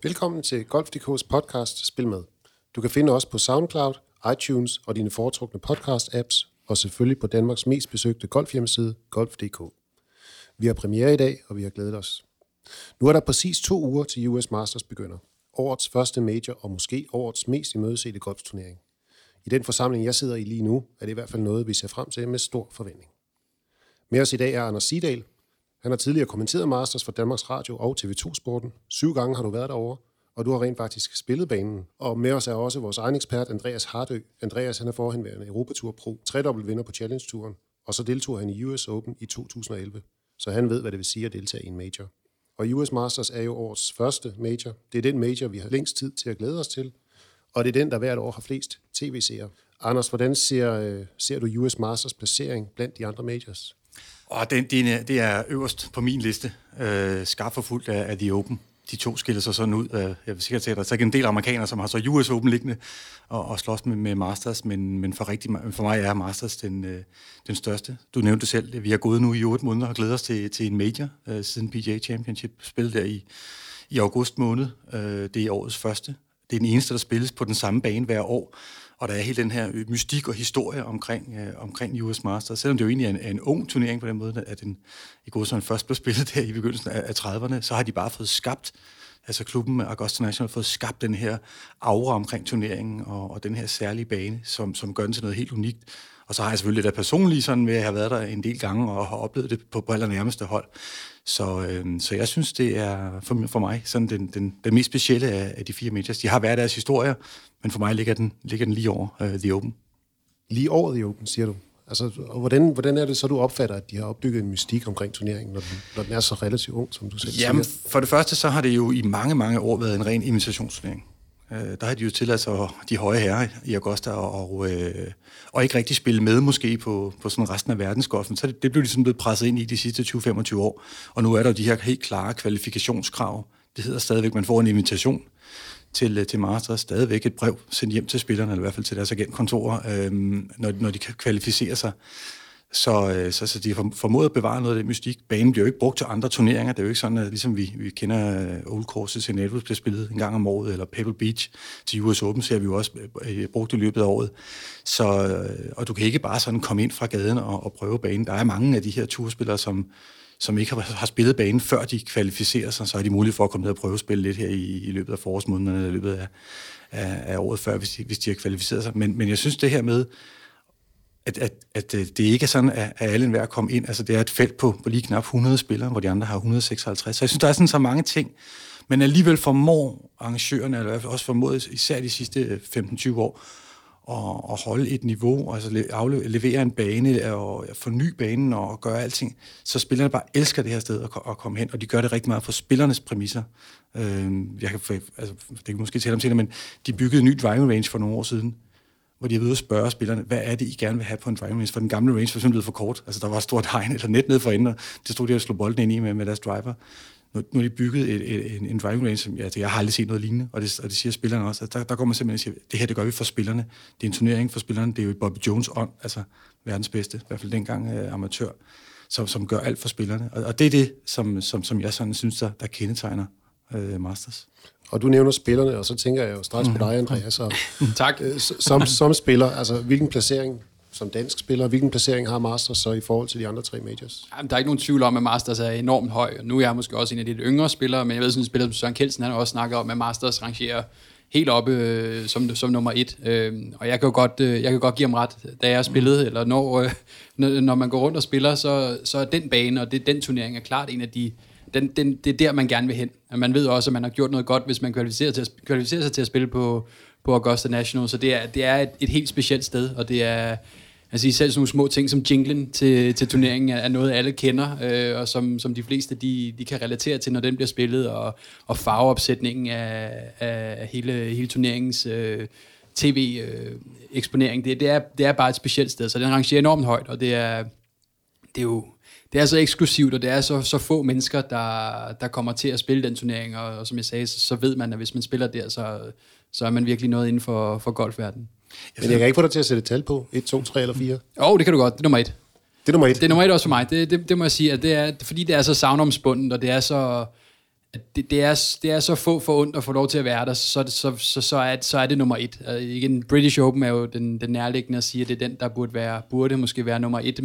Velkommen til Golf.dk's podcast Spil Med. Du kan finde os på SoundCloud, iTunes og dine foretrukne podcast-apps, og selvfølgelig på Danmarks mest besøgte golfhjemmeside, Golf.dk. Vi har premiere i dag, og vi har glædet os. Nu er der præcis 2 uger til US Masters begynder. Årets første major og måske årets mest imødesete golfturnering. I den forsamling, jeg sidder i lige nu, er det i hvert fald noget, vi ser frem til med stor forventning. Med os i dag er Anders Siedal. Han har tidligere kommenteret Masters for Danmarks Radio og TV2 Sporten. 7 gange har du været derovre, og du har rent faktisk spillet banen. Og med os er også vores egen ekspert, Andreas Hardø. Andreas, han er forhenværende Europatur Pro, 3-dobbelt vinder på Challenge-turen, og så deltog han i US Open i 2011. Så han ved, hvad det vil sige at deltage i en major. Og US Masters er jo årets første major. Det er den major, vi har længst tid til at glæde os til, og det er den, der hvert år har flest tv-seere. Anders, hvordan ser du US Masters placering blandt de andre majors? Og det er øverst på min liste, skarpt forfulgt af The Open. De 2 skiller sig sådan ud. Jeg vil sikkert sige, at der er ikke en del amerikanere, som har så US Open liggende og slås med Masters, men for mig er Masters den største. Du nævnte det selv, vi har gået nu i 8 måneder og glæder os til en major siden PGA Championship spillet der i august måned. Det er årets første. Det er den eneste, der spilles på den samme bane hver år. Og der er hele den her mystik og historie omkring US Masters. Selvom det jo egentlig er en ung turnering på den måde, at den i går sådan først blev spillet der i begyndelsen af 30'erne, så har de bare fået skabt, altså klubben med Augusta National har fået skabt den her aura omkring turneringen og den her særlige bane, som gør den til noget helt unikt. Og så har jeg selvfølgelig det der personlige sådan ved at have været der en del gange og har oplevet det på allernærmeste hold. Så jeg synes, det er for mig sådan den mest specielle af de 4 majors. De har hver deres historier, men for mig ligger den lige over The Open. Lige over The Open, siger du? Altså, og hvordan er det så, du opfatter, at de har opbygget en mystik omkring turneringen, når den er så relativt ung, som du selv siger? Jamen, for det første, så har det jo i mange, mange år været en ren invitationsturnering. Der har de jo tilladt sig de høje herrer i Augusta og ikke rigtig spille med måske på sådan resten af verdensgolfen. Så det blev ligesom blevet presset ind i de sidste 20-25 år. Og nu er der jo de her helt klare kvalifikationskrav. Det hedder stadigvæk, man får en invitation til Masters. Stadigvæk et brev sendt hjem til spillerne, eller i hvert fald til deres agentkontorer, når de kan kvalificere sig. Så de har formået at bevare noget af den mystik. Banen bliver jo ikke brugt til andre turneringer. Det er jo ikke sådan, at ligesom vi kender Old Course til Edwards bliver spillet en gang om året, eller Pebble Beach til US Open, ser vi jo også brugt i løbet af året. Og du kan ikke bare sådan komme ind fra gaden og prøve banen. Der er mange af de her turspillere, som ikke har spillet banen, før de kvalificerer sig, så er de mulige for at komme ned og prøve at spille lidt her i løbet af forårsmånederne, eller i løbet af året før, hvis de har kvalificeret sig. Men jeg synes det her med, at det ikke er sådan, at alle enhver komme ind. Altså, det er et felt på lige knap 100 spillere, hvor de andre har 156. Så jeg synes, der er sådan så mange ting. Men alligevel formår arrangørerne, eller også formået især de sidste 15-20 år, at holde et niveau, altså levere en bane, og forny banen og gøre alting. Så spillerne bare elsker det her sted at komme hen, og de gør det rigtig meget for spillernes præmisser. Det kan måske tale om senere, men de byggede en ny driving range for nogle år siden, hvor de er ved at spørge spillerne, hvad er det, I gerne vil have på en driving range? For den gamle range var simpelthen blevet for kort. Altså, der var et stort hegn eller net ned for enden, og det stod de og slog bolden ind i med deres driver. Nu har de bygget en driving range, som jeg har aldrig set noget lignende, og det siger spillerne også. Altså, der går man simpelthen og siger, det her, det gør vi for spillerne. Det er en turnering for spillerne. Det er jo Bobby Jones ånd, altså verdens bedste, i hvert fald dengang amatør, som gør alt for spillerne. Og det er det, som jeg sådan synes, der kendetegner Masters. Og du nævner spillerne, og så tænker jeg jo straks på dig, Andreas. Og, tak. Som spiller, altså hvilken placering som dansk spiller, hvilken placering har Masters så i forhold til de andre 3 majors? Jamen, der er ikke nogen tvivl om, at Masters er enormt høj. Nu er jeg måske også en af de yngre spillere, men jeg ved sådan en spiller som Søren Kjeldsen, han har også snakket om, at Masters rangerer helt oppe som nummer 1. Og jeg kan godt give ham ret, da jeg har spillet, eller når man går rundt og spiller, så er den bane, og den turnering er klart en af de... Det er der, man gerne vil hen. Og man ved også, at man har gjort noget godt, hvis man kvalificerer sig til at spille på Augusta National. Så det er et helt specielt sted, og det er... Altså selv sådan nogle små ting som jinglen til turneringen er noget, alle kender, og som de fleste de kan relatere til, når den bliver spillet, og farveopsætningen af hele turneringens tv-eksponering. Det er bare et specielt sted, så den rangerer enormt højt, og det er så eksklusivt, og det er så få mennesker, der kommer til at spille den turnering, og som jeg sagde, så ved man, at hvis man spiller der, så er man virkelig noget inden for golfverdenen. Men jeg kan ikke få dig til at sætte et tal på. 1, 2, 3 eller 4? Det kan du godt. Det er nummer 1. Det er nummer 1? Det er nummer 1 også for mig. Det må jeg sige, at det er, fordi det er så savnomspundet, og det er så... at det er så få forundt at få lov til at være der, så er det nummer 1. Igen, British Open er jo den nærliggende at sige, at det er den, der burde måske være nummer 1,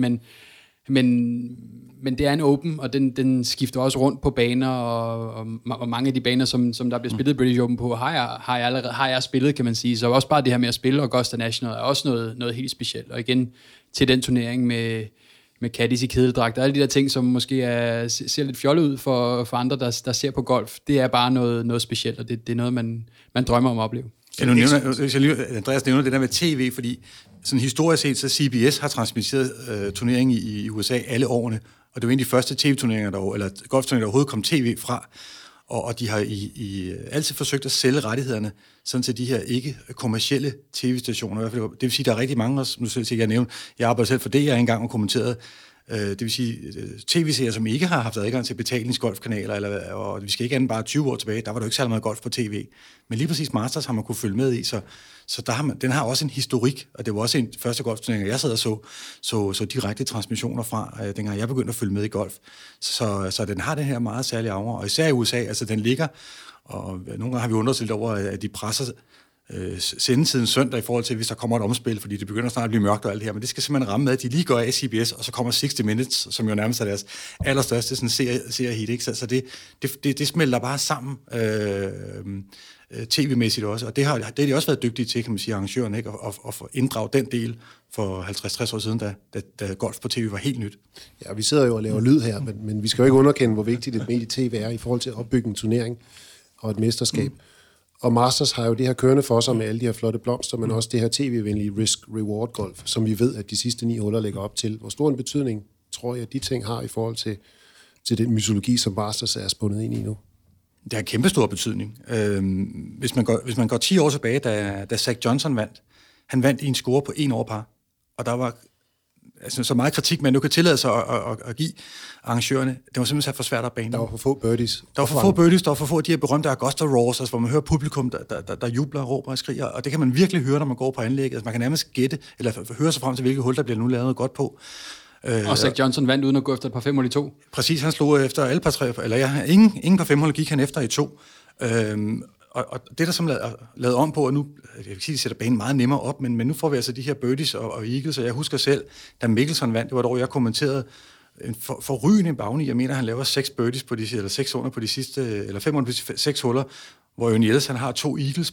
men det er en Open, og den skifter også rundt på baner, og mange af de baner, som der bliver spillet British Open på, har jeg spillet, kan man sige. Så også bare det her med at spille Augusta National er også noget helt specielt. Og igen, til den turnering med caddies i kedeldragt, og alle de der ting, som måske ser lidt fjollet ud for andre, der ser på golf, det er bare noget specielt, og det er noget, man drømmer om at opleve. Andreas nævner det der med tv, fordi sådan historisk set, så CBS har transmitteret turneringen i USA alle årene, og det var en af de første tv-turneringer, eller golfturneringer, der overhovedet kom tv fra, og de har altid forsøgt at sælge rettighederne, sådan til de her ikke-kommercielle tv-stationer. Det vil sige, at der er rigtig mange, nu selv jeg nævnte, jeg arbejder selv for det, jeg engang har kommenteret, det vil sige tv-serier, som ikke har haft adgang til betalingsgolfkanaler, og vi skal ikke andet bare 20 år tilbage, der var der jo ikke særlig meget golf på tv. Men lige præcis Masters har man kunne følge med i, så den har også en historik, og det var også en første golfturnering, jeg sad og så direkte transmissioner fra, dengang jeg begyndte at følge med i golf. Så den har den her meget særlige aura, og især i USA, altså den ligger, og nogle gange har vi undret lidt over, at de presser sendetiden søndag i forhold til, hvis der kommer et omspil, fordi det begynder snart at blive mørkt og alt det her, men det skal simpelthen ramme med, at de lige går af CBS, og så kommer 60 Minutes, som jo nærmest er deres allerstørste serie-hit, ikke? Så det smelter bare sammen tv-mæssigt også, og det har de også været dygtige til, kan man sige, arrangørerne, ikke? At få inddraget den del for 50-60 år siden, da golf på tv var helt nyt. Ja, vi sidder jo og laver lyd her, men vi skal jo ikke underkende, hvor vigtigt et medie-tv er i forhold til at opbygge en turnering og et mesterskab. Og Masters har jo det her kørende for sig med alle de her flotte blomster, men også det her tv-venlige risk-reward-golf, som vi ved, at de sidste 9 huller lægger op til. Hvor stor en betydning tror jeg, at de ting har i forhold til den mytologi, som Masters er spundet ind i nu? Det har kæmpestor betydning. Hvis man går 10 år tilbage, da Zach Johnson vandt, han vandt i en score på 1 over par, og der var så meget kritik, man nu kan tillade sig at give arrangørerne. Det var simpelthen for svært at bane. Der var for få birdies. Der var for få af de her berømte Augusta Roars, altså, hvor man hører publikum, der jubler, råber og skriger, og det kan man virkelig høre, når man går på anlægget. Altså, man kan nærmest gætte, eller høre sig frem til, hvilket hul, der bliver nu lavet noget godt på. Og Zach Johnson vandt uden at gå efter et par 5 hul i 2. Præcis, han slog efter alle par 3, eller ingen par 5 hul gik han efter i 2. Og det, der som lavet om på, og nu, jeg vil sige, de sætter banen meget nemmere op, men nu får vi altså de her birdies og eagles, og jeg husker selv, da Mickelson vandt, det var et år, jeg kommenterede en forrygende bagni. Jeg mener, han laver 6 birdies på de, eller 6 under på de sidste, eller 5 under på de 6 huller, hvor Jon Niels, han har 2 eagles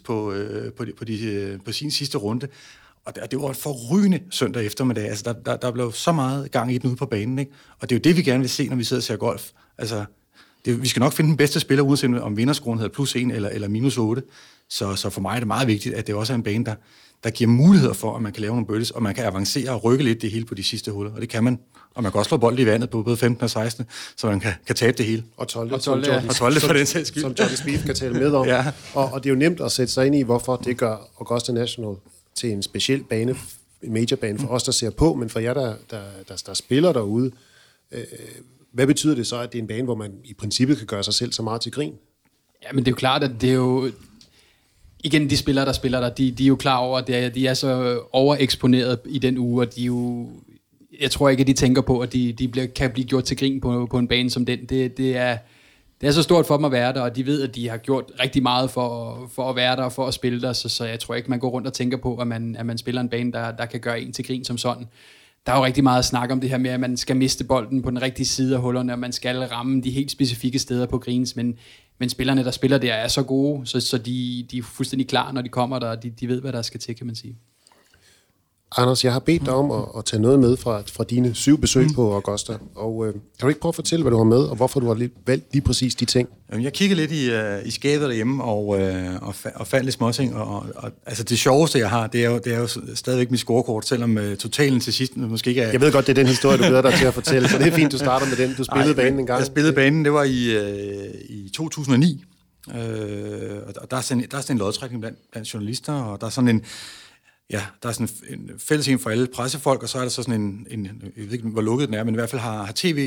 på sin sidste runde. Og det var en forrygende søndag eftermiddag. Altså, der blev så meget gang i den ude på banen, ikke? Og det er jo det, vi gerne vil se, når vi sidder og ser golf. Altså, vi skal nok finde den bedste spiller, uanset om vinderscoren hedder +1 eller -8. Så for mig er det meget vigtigt, at det også er en bane, der giver muligheder for, at man kan lave nogle birdies, og man kan avancere og rykke lidt det hele på de sidste huller. Og det kan man. Og man kan også slå bold i vandet på både 15 og 16, så man kan tabe det hele. Og 12 for den sags skyld. Som Johnny Spieth kan tale med om. Ja. Og det er jo nemt at sætte sig ind i, hvorfor det gør Augusta National til en speciel bane, en majorbane for os, der ser på, men for jer, der spiller derude. Hvad betyder det så, at det er en bane, hvor man i princippet kan gøre sig selv så meget til grin? Ja, men det er jo klart, at det er jo... Igen, de spillere, der spiller der, de er jo klar over, at de er så overeksponeret i den uge, og de er jo... Jeg tror ikke, at de tænker på, at de kan blive gjort til grin på en bane som den. Det er så stort for dem at være der, og de ved, at de har gjort rigtig meget for at være der og for at spille der, så jeg tror ikke, man går rundt og tænker på, at man spiller en bane, der kan gøre en til grin som sådan. Der er jo rigtig meget snak om det her med, at man skal miste bolden på den rigtige side af hullerne, og man skal ramme de helt specifikke steder på greens, men spillerne, der spiller der, er så gode, så de er fuldstændig klar, når de kommer der, og de ved, hvad der skal til, kan man sige. Anders, jeg har bedt dig om at tage noget med fra dine 7 besøg på Augusta, og kan du ikke prøve at fortælle, hvad du har med, og hvorfor du har valgt lige præcis de ting? Jeg kiggede lidt i skabet derhjemme, og fandt lidt småting, og altså det sjoveste, jeg har, det er jo stadigvæk mit scorekort, selvom totalen til sidst måske ikke er... Jeg ved godt, det er den historie, du glæder dig til at fortælle, så det er fint, du starter med den. Du spillede banen en gang. Jeg spillede banen, det var i 2009, og der er sådan en lodtrækning blandt journalister, og der er sådan en... Ja, der er sådan en fælles en for alle pressefolk, og så er der så sådan en jeg ved ikke, hvor lukket den er, men i hvert fald har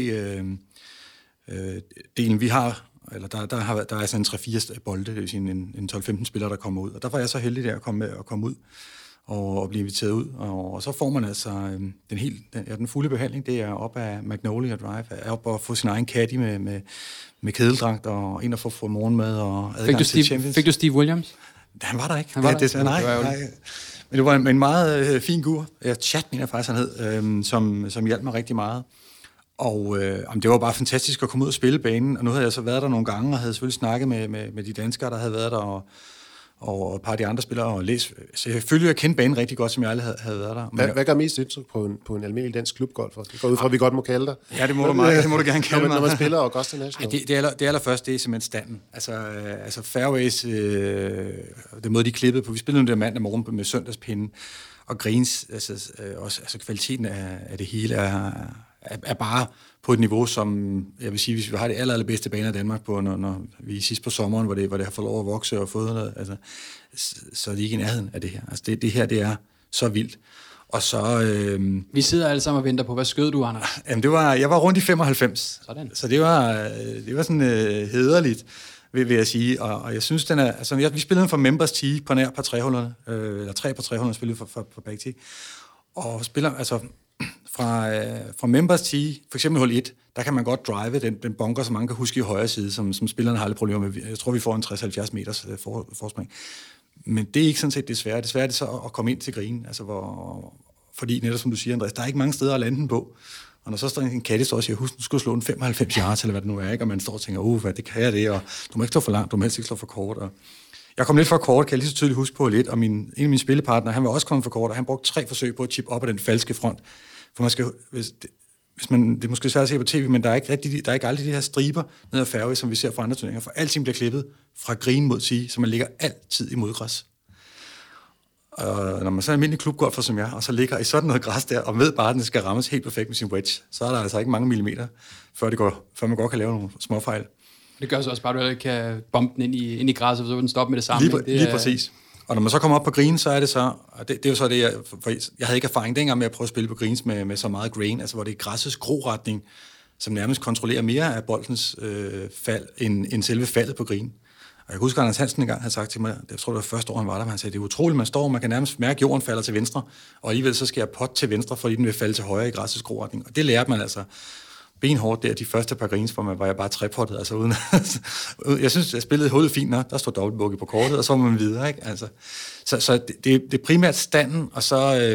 tv-delen, vi har, eller der er sådan en 3-4 bolde, det vil sige en 12-15 spillere, der kommer ud. Og der var jeg så heldig der at komme ud. og blive inviteret ud. Og så får man altså den fulde behandling, det er op af Magnolia Drive, er op og få sin egen caddy med kædeldragt og ind og få morgenmad og adgang til Champions. Fik du Steve Williams? Han var der ikke. Nej. Men det var en meget fin gur. Chat, mener jeg faktisk, han hed, som hjalp mig rigtig meget. Og det var bare fantastisk at komme ud og spille banen. Og nu havde jeg så været der nogle gange, og havde selvfølgelig snakket med de danskere, der havde været der, og et par af de andre spillere, og læst. Så jeg følte, at jeg kendte banen rigtig godt, som jeg aldrig havde været der. Hvad gør mest indtryk på en almindelig dansk klubgolf? Det går ud fra, at vi godt må kalde dig. Ja, det må du gerne kalde mig. Når man spiller Augusta National. Det allerførste, det er simpelthen standen. Altså fairways, den måde, de klippede på. Vi spillede nu der mandag morgen med søndagspinde, og greens, altså kvaliteten af det hele er bare på et niveau, som jeg vil sige, hvis vi har det allerbedste baner i Danmark på, når vi er sidst på sommeren, hvor det har fået lov at vokse og fået noget, altså, så er det ikke i nærheden af det her. Altså det her, det er så vildt. Og så... Vi sidder alle sammen og venter på, hvad skød du, Anders? Jamen, jeg var rundt i 95. Sådan. Så det var sådan hæderligt, vil jeg sige. Og jeg synes, den er... Altså, vi spillede for Members Tee på nær par 300, eller 3 på 300 spillede for begge tee. Og spiller, altså... Fra Members Tee, for eksempel hul 1, der kan man godt drive den bunker, som man kan huske i højre side, som spillerne har alle problemer med. Jeg tror, vi får en 60-70 meters forspring. Men det er ikke sådan set det svære. Det svære er det så at komme ind til green, altså fordi netop som du siger, Andreas, der er ikke mange steder at lande den på. Og når så står en caddy og siger, husk, du skal slå en 95 yards, eller hvad det nu er, ikke? Og man står og tænker, hvad det kan jeg det, og du må ikke slå for langt, du må helst ikke slå for kort. Og jeg kom lidt for kort, kan jeg lige så tydeligt huske på lidt, og en af mine spillepartnere, han var også kommet for kort, og han brugte 3 forsøg på at chippe op af den falske front. For man skal, det er måske svært at se på tv, men der er ikke aldrig de her striber ned ad fairway, som vi ser fra andre turneringer, for alting bliver klippet fra green mod tee, så man ligger altid i modgræs. Og når man så er almindelig klubgolfer som jeg, og så ligger i sådan noget græs der, og ved bare, at den skal rammes helt perfekt med sin wedge, så er der altså ikke mange millimeter, før man godt kan lave nogle småfejl. Det gør så også bare, at du ikke kan bombe den ind i græsset, så vil den stoppe med det samme. Lige præcis. Og når man så kommer op på green, så er det så, og det er jo så det, jeg havde ikke erfaring dengang med at prøve at spille på greens med så meget grain, altså hvor det er græssets groretning, som nærmest kontrollerer mere af boldens fald, end selve faldet på green. Og jeg kan huske, at Anders Hansen engang havde sagt til mig, jeg tror det var første år, han var der, han sagde, det er utroligt, man kan nærmest mærke, at jorden falder til venstre, og alligevel så skal jeg pot til venstre, fordi den vil falde til højre i græssets groretning. Og det lærte man altså benhårdt der, de første par greens, hvor jeg bare trepottet, altså uden... jeg synes, jeg spillede hullet fint nok, der stod dobbeltbogey på kortet, og så var man videre, ikke? Altså, så det er primært standen, og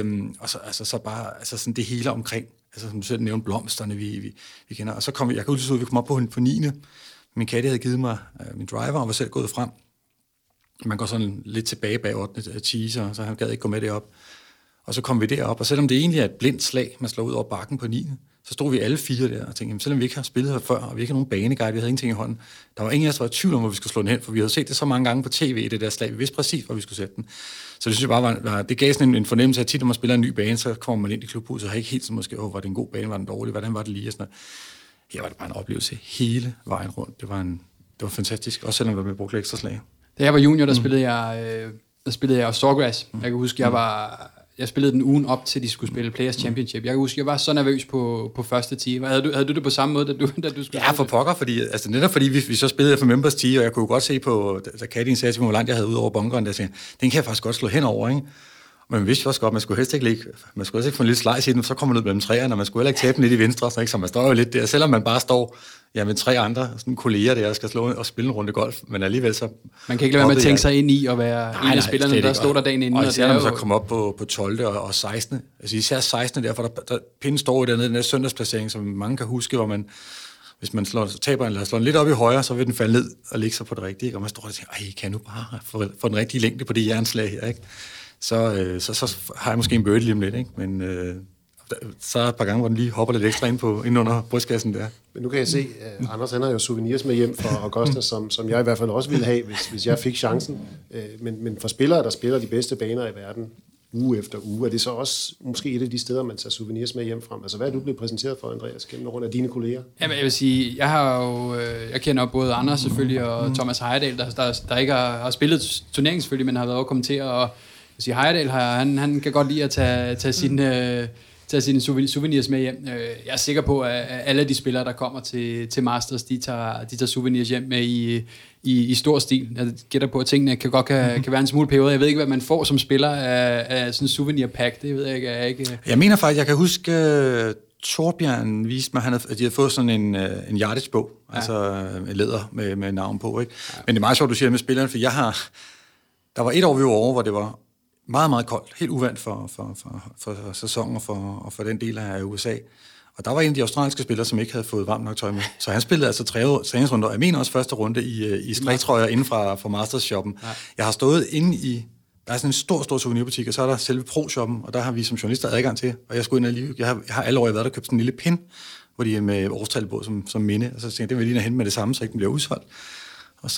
så bare altså sådan det hele omkring, altså som du selv nævnte, blomsterne, vi kender, og så kom jeg kan udløse ud, vi kom op på 9. Min caddy havde givet mig min driver, og var selv gået frem. Man går sådan lidt tilbage bag 8. teaser, så han gad ikke gå med det op. Og så kom vi derop, og selvom det egentlig er et blindt slag, man slår ud over bakken på 9., så stod vi alle 4 der og tænkte, jamen, selvom vi ikke har spillet her før, og vi ikke har nogen baneguide, vi havde ingenting i hånden, der var ingen af os, der var i tvivl om, hvor vi skulle slå den hen, for vi havde set det så mange gange på tv, det der slag, vi vidste præcis, hvor vi skulle sætte den. Så det synes jeg bare det gav sådan en fornemmelse af, at tit, når man spiller en ny bane, så kommer man ind i klubhuset, og har ikke helt så måske, var det en god bane, var den dårlig, hvordan var det lige, og sådan noget. Her var det bare en oplevelse hele vejen rundt. Det var fantastisk, også selvom vi brugte ekstra slag. Da jeg var junior, der spillede jeg Sawgrass. Jeg kan huske, jeg spillede den ugen op til, de skulle spille Players Championship. Jeg kan huske, jeg var så nervøs på første tee. Havde du det på samme måde, da du skulle? Ja, for pokker, fordi vi så spillede for Members Tee, og jeg kunne godt se på, da Katin sagde til mig, hvor langt jeg havde ud over bunkeren, der sagde, den kan jeg faktisk godt slå henover, ikke? Men man vidste også godt, man skulle helst ikke få en lille slice i den, så kommer man ud mellem træerne, og man skulle heller ikke tabe den lidt i venstre, så man står jo lidt der, selvom man bare står med 3 andre sådan kolleger der, og skal slå og spille en runde golf, men alligevel så... Man kan ikke lade være med at tænke sig ind i at være en af spillerne, der stod der dagen inden. Og især når man så kommer op på 12. og 16. Altså især 16. der, for der pinden står i den der søndagsplacering, som mange kan huske, hvor man... Hvis man taber eller slår den lidt op i højre, så vil den falde ned og ligge sig på det rigtige, og man står og tænker, kan jeg nu bare få den rigtige længde på det jernslag her, ikke? Så har jeg måske en birdie lige om lidt, ikke? Men så er et par gange, hvor den lige hopper lidt ekstra ind under brystkassen der. Men nu kan jeg se, Anders han har jo souvenirs med hjem fra Augusta, som jeg i hvert fald også ville have, hvis jeg fik chancen. Men for spillere, der spiller de bedste baner i verden, uge efter uge, er det så også måske et af de steder, man tager souvenirs med hjem fra? Altså, hvad er du blevet præsenteret for, Andreas, gennem rundt af dine kolleger? Jamen, jeg vil sige, jeg kender både Anders selvfølgelig, og Thomas Heyerdahl, der ikke har spillet turneringen selvfølgelig, men har været over at kommentere, og jeg siger, Heyerdahl, han kan godt lide at tage sine souvenirs med hjem. Jeg er sikker på, at alle de spillere, der kommer til Masters, de tager souvenirs hjem med i stor stil. Jeg gætter på, at tingene kan være en smule peberet. Jeg ved ikke, hvad man får som spiller af sådan en souvenir-pack. Det ved jeg ikke. Jeg mener faktisk, jeg kan huske, Torbjørn viste mig, at de havde fået sådan en yardage-bog, altså en læder med navn på, ikke? Ja. Men det er meget sjovt, du siger med spillerne, for der var et år, vi var over, hvor det var meget, meget koldt, helt uvant for sæsonen og for den del af USA. Og der var en af de australske spillere, som ikke havde fået varmt nok tøj med. Så han spillede altså træningsrunder, og jeg mener også første runde i striktrøjer inden fra Masters-shoppen. Ja. Jeg har stået inde i, der er sådan en stor souvenirbutik, og så er der selve Pro-shoppen, og der har vi som journalister adgang til. Og jeg skulle ind og jeg har alle år været der købt sådan en lille pin, hvor de er med årstal på som minde. Og så tænkte jeg, det vil jeg lige hente med det samme, så ikke den bliver udsolgt. Og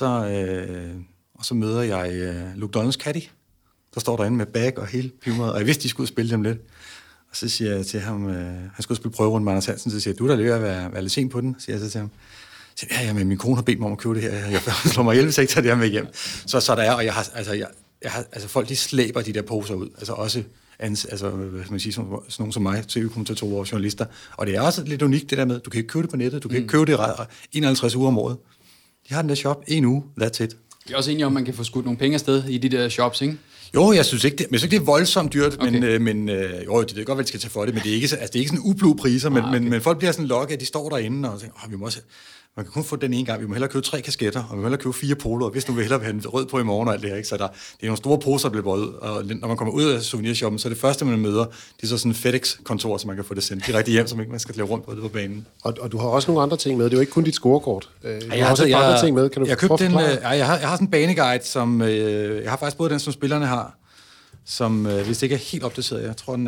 så møder jeg Luke Donalds caddy, der står derinde med bag og hele pivmeret, og jeg vidste, de skulle spille dem lidt. Og så siger jeg til ham, han skulle spille prøverunde med Anders Hansen, så siger jeg, du er da lige at være lidt sent på den, siger jeg så til ham. Så siger jeg, men min kone har bedt mig om at købe det her, jeg slår mig ihjel, hvis jeg ikke tager det her med hjem. Så der er, og jeg har folk, de slæber de der poser ud, altså også hvad man siger, sådan nogen som mig, TV-kommentatorer og journalister. Og det er også lidt unikt det der med, du kan ikke købe det på nettet, du kan ikke købe det 51 uger om året. De har den der shop en uge, that's it. Jeg er også enig om, man kan få skudt nogle penge afsted i de der shops, ikke? Jo, jeg synes ikke, det er voldsomt dyrt, okay. men de ved godt, hvad de skal tage for det, men det er ikke sådan ublu priser, men folk bliver sådan lokket, at de står derinde og tænker, vi må også, man kan kun få den ene gang, vi må hellere købe 3 kasketter, og vi må hellere købe 4 poloer, hvis nu vil hellere have en rød på i morgen og alt det her, ikke? Så det er nogle store poser, der bliver båret ud, og når man kommer ud af souvenirshoppen, så er det første, man møder, det er så sådan en FedEx-kontor, så man kan få det sendt direkte hjem, så man ikke skal lave rundt på banen. Og du har også nogle andre ting med, det er jo ikke kun dit scorekort. Jeg har også andre ting med, kan du jeg har sådan en baneguide, som, jeg har faktisk både den, som spillerne har, som hvis det ikke er helt opdateret, jeg tror,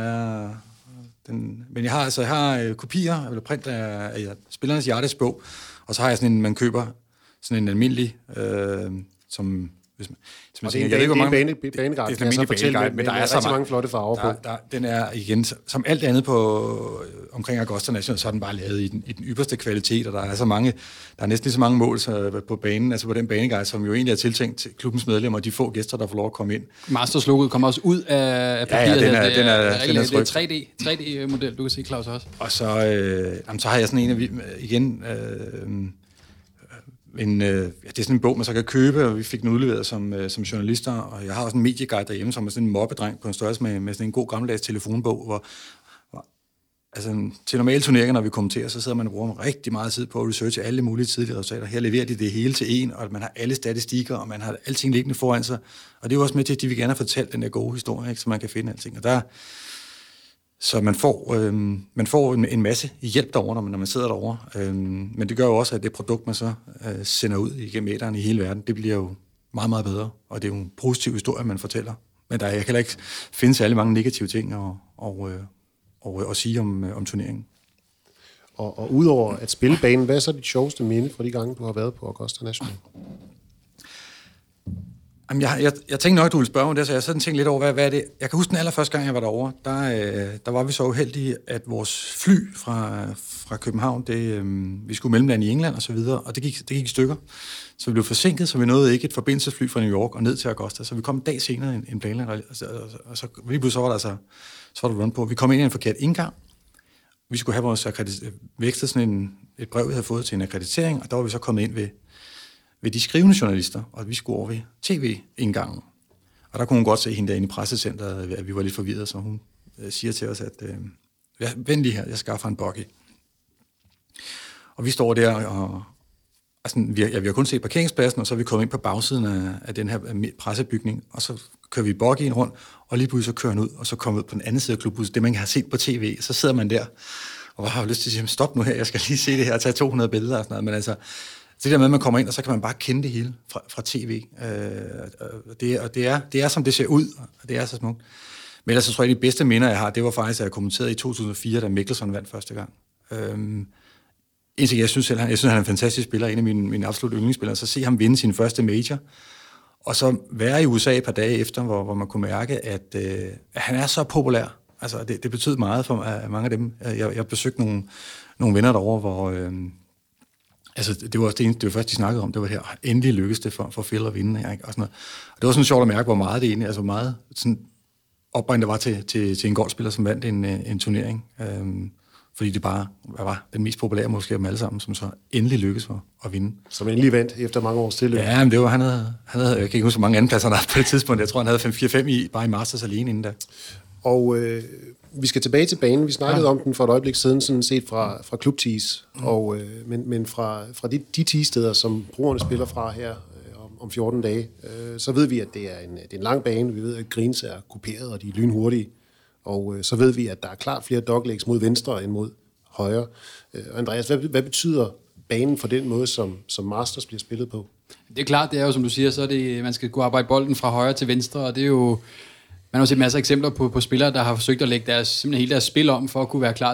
men jeg har kopier, eller print af spillernes yardage-bog, og så har jeg sådan en, man køber sådan en almindelig, som hvis man siger, jeg ved ikke, hvor mange baneguide, det er en almindelig baneguide, men der er så mange flotte farver på. Den er igen, som alt andet på omkring Augusta National, så er den bare lavet i den ypperste kvalitet, og der er så mange, der er næsten lige så mange mål på banen, altså på den baneguide, som jo egentlig er tiltænkt til klubbens medlemmer, og de få gæster, der får lov at komme ind. Masters-logoet kommer også ud af papiret. Ja, den er 3D-model, du kan se, Claus også. Og så har jeg sådan en af, igen, det er sådan en bog, man så kan købe, og vi fik den udleveret som journalister, og jeg har også en medieguide derhjemme, som er sådan en mobbedreng på en størrelse med sådan en god gammeldags telefonbog, hvor altså, til normale turneringer, når vi kommenterer, så sidder man og bruger rigtig meget tid på at researche alle mulige tidligere resultater. Her leverer de det hele til en, og man har alle statistikker, og man har alting liggende foran sig, og det er jo også med til, at de vil gerne have fortalt den der gode historie, ikke, så man kan finde alting. Og så man får en masse hjælp derovre, når man sidder derovre. Men det gør jo også, at det produkt, man så sender ud igennem æteren i hele verden, det bliver jo meget, meget bedre. Og det er jo en positiv historie, man fortæller. Men jeg kan heller ikke finde særlig mange negative ting at sige om turneringen. Og udover at spille banen, hvad er så dit sjoveste minde fra de gange, du har været på Augusta National? Jamen, jeg tænkte nok, du ville spørge om det, så jeg sådan tænkte lidt over, hvad er det? Jeg kan huske den allerførste gang, jeg var derovre, der var vi så uheldige, at vores fly fra København, vi skulle mellemlande i England og så videre, og det gik i stykker. Så vi blev forsinket, så vi nåede ikke et forbindelsesfly fra New York og ned til Augusta, så vi kom en dag senere end planlagt, og så lige pludselig så var der run på. Vi kom ind i en forkert indgang. Vi skulle have vores vækstet sådan et brev, vi havde fået til en akkreditering, og der var vi så kommet ind ved de skrivende journalister, og vi skulle over ved tv-indgangen. Og der kunne hun godt se hende derinde i pressecenteret, at vi var lidt forvirret, så hun siger til os, at vent lige her, jeg skaffer en buggy. Og vi står der, og sådan, vi har kun set parkeringspladsen, og så er vi kommet ind på bagsiden af den her pressebygning, og så kører vi buggyen rundt, og lige pludselig så kører den ud, og så kommer ud på den anden side af klubhuset, det man har set på tv, så sidder man der, og har lyst til at sige, stop nu her, jeg skal lige se det her, og tage 200 billeder og sådan noget, men altså, det der med, at man kommer ind, og så kan man bare kende det hele fra tv. Det er, som det ser ud, og det er så smukt. Men ellers så tror jeg, at de bedste minder, jeg har, det var faktisk, at jeg kommenterede i 2004, da Mikkelsen vandt første gang. Jeg synes, han er en fantastisk spiller, en af mine absolut yndlingsspillere, så se ham vinde sin første major, og så være i USA et par dage efter, hvor man kunne mærke, at han er så populær. Altså, det betød meget for mange af dem. Jeg besøgte nogle venner derovre, hvor altså, det var først, de snakkede om, det var her, endelig lykkedes det for Phil at vinde, ikke? Og sådan noget. Og det var sådan sjovt at mærke, hvor meget det egentlig, altså meget sådan opbringende var til en golfspiller, som vandt en turnering. fordi det bare var den mest populære måske af dem alle sammen, som så endelig lykkedes for at vinde. Som endelig vandt efter mange års tilløb. Ja, men det var, han havde, jeg kan ikke huske, hvor mange anden pladser han havde på det tidspunkt. Jeg tror, han havde 5-4-5 bare i Masters alene inden da. Og vi skal tilbage til banen. Vi snakkede om den for et øjeblik siden, sådan set fra klubtees. Men fra de teesteder, som brugerne spiller fra her om 14 dage, så ved vi, at det er en lang bane. Vi ved, at greens er kuperet, og de er lynhurtige. Og så ved vi, at der er klart flere doglegs mod venstre end mod højre. Andreas, hvad betyder banen for den måde, som Masters bliver spillet på? Det er klart, det er jo, som du siger, så er det, man skal kunne arbejde bolden fra højre til venstre, og det er jo, man har set masser af eksempler på spillere, der har forsøgt at lægge simpelthen hele deres spil om, for at kunne være klar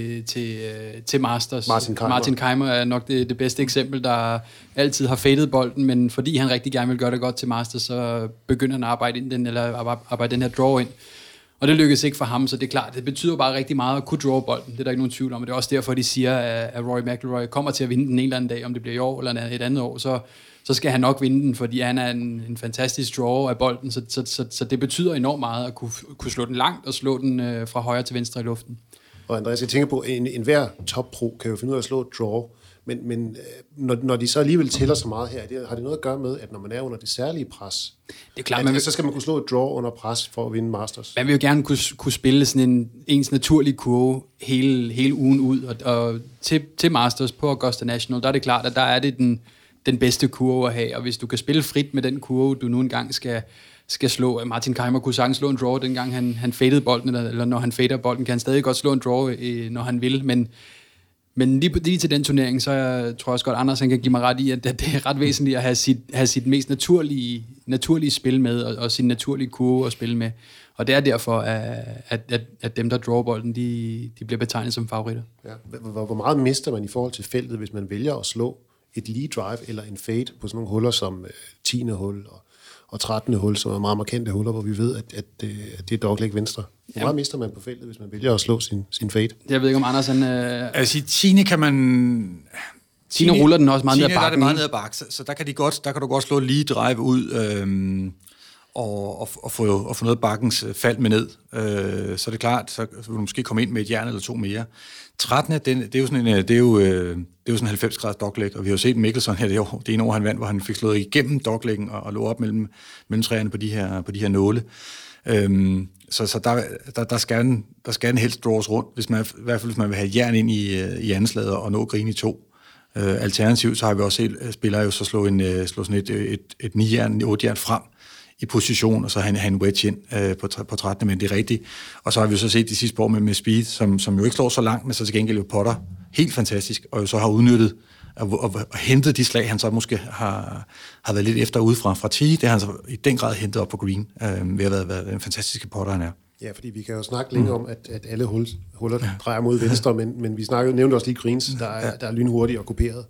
til Masters. Martin Keimer er nok det bedste eksempel, der altid har fadet bolden, men fordi han rigtig gerne vil gøre det godt til Masters, så begynder han at arbejde den her draw ind. Og det lykkedes ikke for ham, så det er klart, det betyder bare rigtig meget at kunne draw bolden. Det er der ikke nogen tvivl om, og det er også derfor, de siger, at Rory McIlroy kommer til at vinde den en eller anden dag, om det bliver i år eller et andet år, så skal han nok vinde den, fordi han er en fantastisk draw af bolden, så det betyder enormt meget at kunne slå den langt og slå den fra højre til venstre i luften. Og Andreas, jeg tænker på, en hver top-pro kan jo finde ud af at slå et draw, men når de så alligevel tæller så meget her, har det noget at gøre med, at når man er under det særlige pres, det er klart, så skal man kunne slå et draw under pres for at vinde Masters? Man vil jo gerne kunne spille sådan ens naturlige kurve hele ugen ud, og til Masters på Augusta National, der er det klart, at der er det den bedste kurve at have, og hvis du kan spille frit med den kurve, du nu engang skal slå. Martin Keimer kunne sagtens slå en draw, dengang han fadede bolden, eller når han fader bolden, kan han stadig godt slå en draw, når han vil, men lige til den turnering, så tror jeg også godt, Anders han kan give mig ret i, at det er ret væsentligt at have sit mest naturlige spil med, og sin naturlige kurve at spille med. Og det er derfor, at dem, der draw bolden, de bliver betegnet som favoritter. Ja. Hvor meget mister man i forhold til feltet, hvis man vælger at slå et lead drive eller en fade på sådan nogle huller som 10. hul og 13. hul, som er meget markante huller, hvor vi ved, at det er dogleg venstre. Hvor meget mister man på feltet, hvis man vælger at slå sin fade? Jeg ved ikke, om Anders han... Altså, 10. kan man... 10. ruller den også meget ned ad bakken. Der er det meget ned ad bakken, så der kan du godt slå lead drive ud og få noget af bakkens fald med ned. Så er det klart, så vil du måske komme ind med et jern eller 2 mere. 13. Det er jo sådan en 90 graders dogleg, og vi har jo set Mickelson her det ene år, han vandt, hvor han fik slået igennem dogleggen og lå op mellem træerne på de her nåle. Så der skal en helst draws rundt, i hvert fald hvis man vil have jern ind i anslaget og nå green i 2. Alternativt så har vi også set spillere jo så slå sådan et 9-jern, 8-jern frem i position, og så have en wedge ind på 13. Men det er rigtigt. Og så har vi jo så set de sidste år med Speed, som jo ikke slår så langt, men så til gengæld jo potter helt fantastisk, og jo så har udnyttet og hentet de slag, han så måske har været lidt efter udefra fra tee. Det har han så i den grad hentet op på green, ved at være den fantastiske potter, han er. Ja, fordi vi kan jo snakke længe om, at alle huller drejer mod venstre, men vi nævnte også lige greens, der er lynhurtigt og kuperet.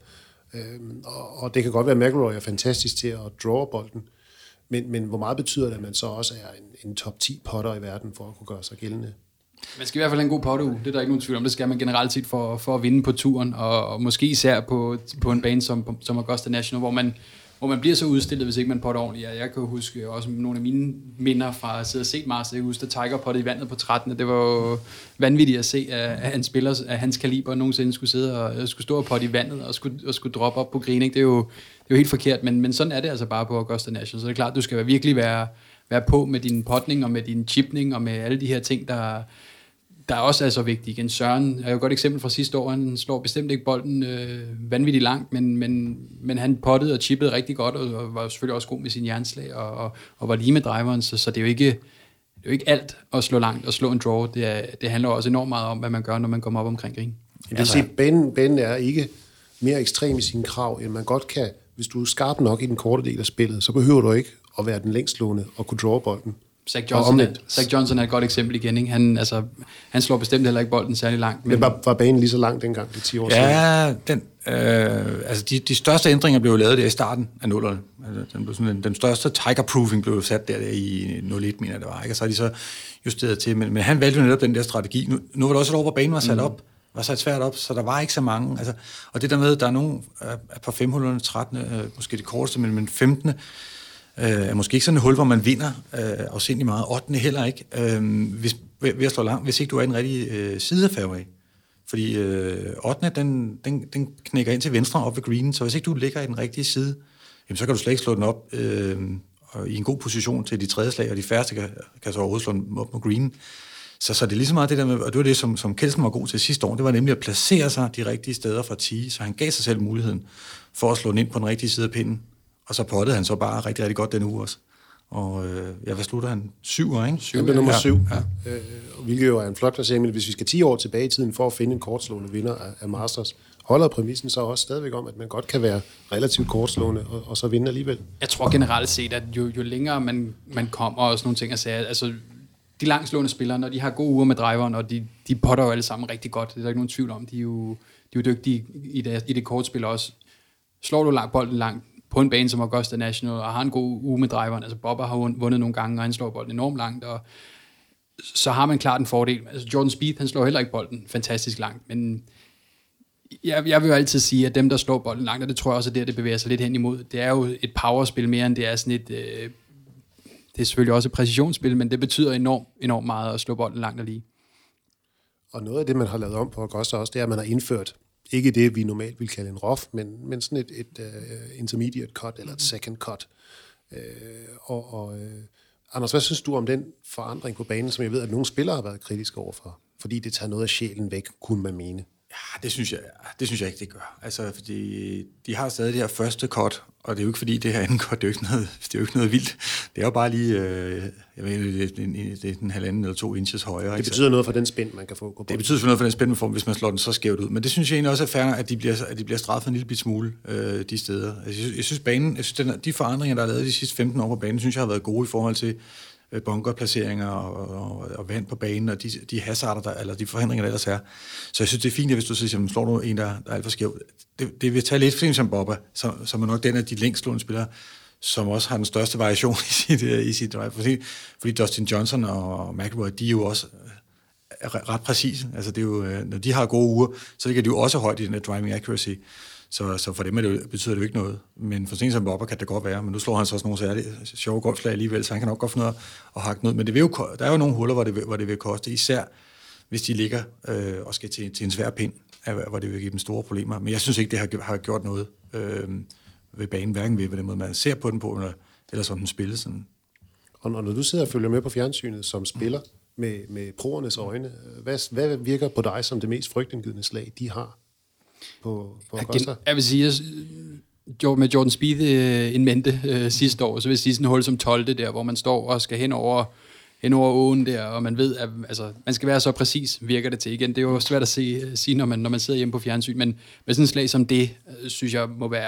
Og det kan godt være, at McIlroy er fantastisk til at draw bolden, men hvor meget betyder det, at man så også er en top 10 potter i verden for at kunne gøre sig gældende? Man skal i hvert fald have en god potteuge, det er der ikke nogen tvivl om. Det skal man generelt set for at vinde på turen, og måske især på en bane som Augusta National, hvor man bliver så udstillet, hvis ikke man potter ordentligt. Jeg kan jo huske også nogle af mine minder fra at sidde og se Masters. Jeg kan huske, at Tiger pottede i vandet på 13. Det var jo vanvittigt at se, at en spiller af hans kaliber nogensinde skulle sidde og skulle stå og potte i vandet og skulle droppe op på green. Ikke? Det er jo helt forkert, men sådan er det altså bare på Augusta National. Så det er klart, at du skal virkelig være på med din potning og med din chipning og med alle de her ting, der også er så vigtige. Igen, Søren er jo et godt eksempel fra sidste år. Han slår bestemt ikke bolden vanvittigt langt, men han pottede og chippede rigtig godt, og var selvfølgelig også god med sin jernslag, og var lige med driveren, så det er jo ikke alt at slå langt og slå en draw. Det handler også enormt meget om, hvad man gør, når man kommer op omkring green. Det vil sige, banen er ikke mere ekstrem i sine krav, end man godt kan. Hvis du er skarp nok i den korte del af spillet, så behøver du ikke at være den længstslående og kunne draw bolden. Zach Johnson er et godt eksempel igen. Ikke? Han slår bestemt heller ikke bolden særlig langt. Men var banen lige så lang dengang, det 10 år siden? Ja, de største ændringer blev lavet der i starten af 0'erne. Altså, den største Tiger-proofing blev sat der i 01, mener det var. Ikke? Og så har de så justeret til. Men han valgte jo netop den der strategi. Nu var det også et år, hvor banen var sat op. Var sat svært op, så der var ikke så mange. Altså, og det der med, der er nogen på 500, 13, måske det korteste, men 15. Er måske ikke sådan et hul, hvor man vinder afsindelig meget. 8. heller ikke, ved at slå langt, hvis ikke du er en rigtig side af fairway. Fordi 8. den knækker ind til venstre op ved greenen, så hvis ikke du ligger i den rigtige side, jamen, så kan du slet ikke slå den op i en god position til de tredje slag, og de færreste kan så overhovedet slå den op på greenen. Så det er lige så meget det der med, og det var det, som Kelsen var god til sidste år, det var nemlig at placere sig de rigtige steder fra tee, så han gav sig selv muligheden for at slå den ind på den rigtige side af pinden, og så pottede han så bare rigtig, rigtig godt den uge også. Og hvad slutter han? 7'er, ikke? Han blev nummer 7, hvilket jo er en flot placering, men hvis vi skal 10 år tilbage i tiden for at finde en kortslående vinder af Masters, holder præmissen så også stadigvæk om, at man godt kan være relativt kortslående og så vinde alligevel? Jeg tror generelt set, at jo længere man kommer og sådan nogle ting at sige, altså de langslående spillere, når de har gode uger med driveren, og de potter jo alle sammen rigtig godt, det er der ikke nogen tvivl om, de er jo dygtige i det kortspil også. Slår du bolden langt på en bane som Augusta National, og har en god uge med driveren, altså Bubba har vundet nogle gange, og han slår bolden enormt langt, og så har man klart en fordel. Altså Jordan Spieth, han slår heller ikke bolden fantastisk langt, men jeg vil jo altid sige, at dem, der slår bolden langt, og det tror jeg også, at det bevæger sig lidt hen imod, det er jo et powerspil mere, end det er sådan et... det er selvfølgelig også et præcisionsspil, men det betyder enormt meget at slå bolden langt og lige. Og noget af det, man har lavet om på Augusta også, det er, at man har indført, ikke det, vi normalt vil kalde en rough, men sådan et intermediate cut, eller et second cut. Anders, hvad synes du om den forandring på banen, som jeg ved, at nogle spillere har været kritiske overfor? Fordi det tager noget af sjælen væk, kunne man mene. Ja, det synes jeg ikke, det gør. Altså, fordi de har stadig det her første cut, og det er jo ikke fordi, det her anden cut, det er jo ikke noget vildt. Det er jo bare lige, jeg ved, det er en 1,5 eller 2 inches højere. Det betyder noget for den spænd, man kan få. Det betyder noget for den spænd, man får, hvis man slår den så skævt ud. Men det synes jeg egentlig også er fair, at de bliver straffet en lille bit smule de steder. Jeg synes de forandringer, der er lavet de sidste 15 år på banen, synes jeg har været gode i forhold til bunkerplaceringer og vand på banen, og de hazarder, eller de forhindringer, der ellers er. Så jeg synes, det er fint, at hvis du siger, slår du en, der er alt for skæv. Det vil tage lidt for som Bubba, som er nok den af de længst slående spillere, som også har den største variation i sit drive. Fordi Dustin Johnson og McIlroy, de er jo også ret præcise. Altså, det er jo, når de har gode uger, så ligger de jo også højt i den her driving accuracy. Så for dem betyder det jo ikke noget. Men for sådan som Bubba kan det godt være. Men nu slår han så også nogle særlige sjove golfslag alligevel, så han kan nok godt finde noget at hakke noget. Men der er jo nogle huller, hvor det vil koste, især hvis de ligger og skal til en svær pind, hvor det vil give dem store problemer. Men jeg synes ikke, det har gjort noget ved banen, hverken ved den måde, man ser på den på, eller som den spilles sådan. Og når du sidder og følger med på fjernsynet som spiller med proernes øjne, hvad virker på dig som det mest frygtindgydende slag, de har på Augusta? Jeg vil sige, med Jordan Spieth en mente sidste år, så vil jeg sige sådan en hul som 12. der, hvor man står og skal hen over åen der, og man ved, at altså, man skal være så præcis, virker det til. Igen, det er jo svært at sige, når man sidder hjemme på fjernsyn, men med sådan et slag som det, synes jeg må være...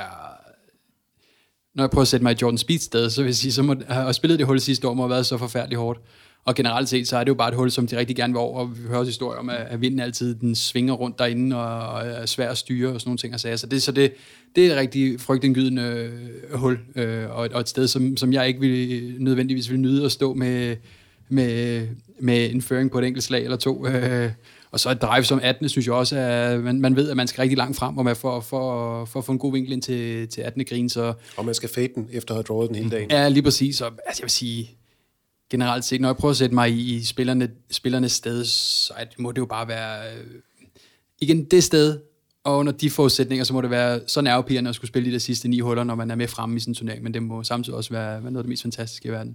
Når jeg prøver at sætte mig i Jordan Spieths sted, så vil jeg sige, så må at spille det hul sidste år må have været så forfærdeligt hårdt. Og generelt set, så er det jo bare et hul, som de rigtig gerne vil over, og vi hører også historier om, at vinden altid den svinger rundt derinde, og er svær at styre, og sådan nogle ting at sige. Så det er et rigtig frygtindgydende hul, og et sted, som jeg ikke nødvendigvis vil nyde at stå med en føring på et enkelt slag eller to. Og så et drive som 18. synes jeg også, at man ved, at man skal rigtig langt frem, og for at få en god vinkel ind til 18. green. Så, og man skal fade den, efter at have draget den hele dagen. Ja, lige præcis. Og, altså, jeg vil sige, generelt set, når jeg prøver at sætte mig i spillernes sted, så må det jo bare være igen det sted, og under de forudsætninger, så må det være så nervepirrende at skulle spille de sidste 9 huller, når man er med fremme i sådan en turnering, men det må samtidig også være noget af det mest fantastiske i verden.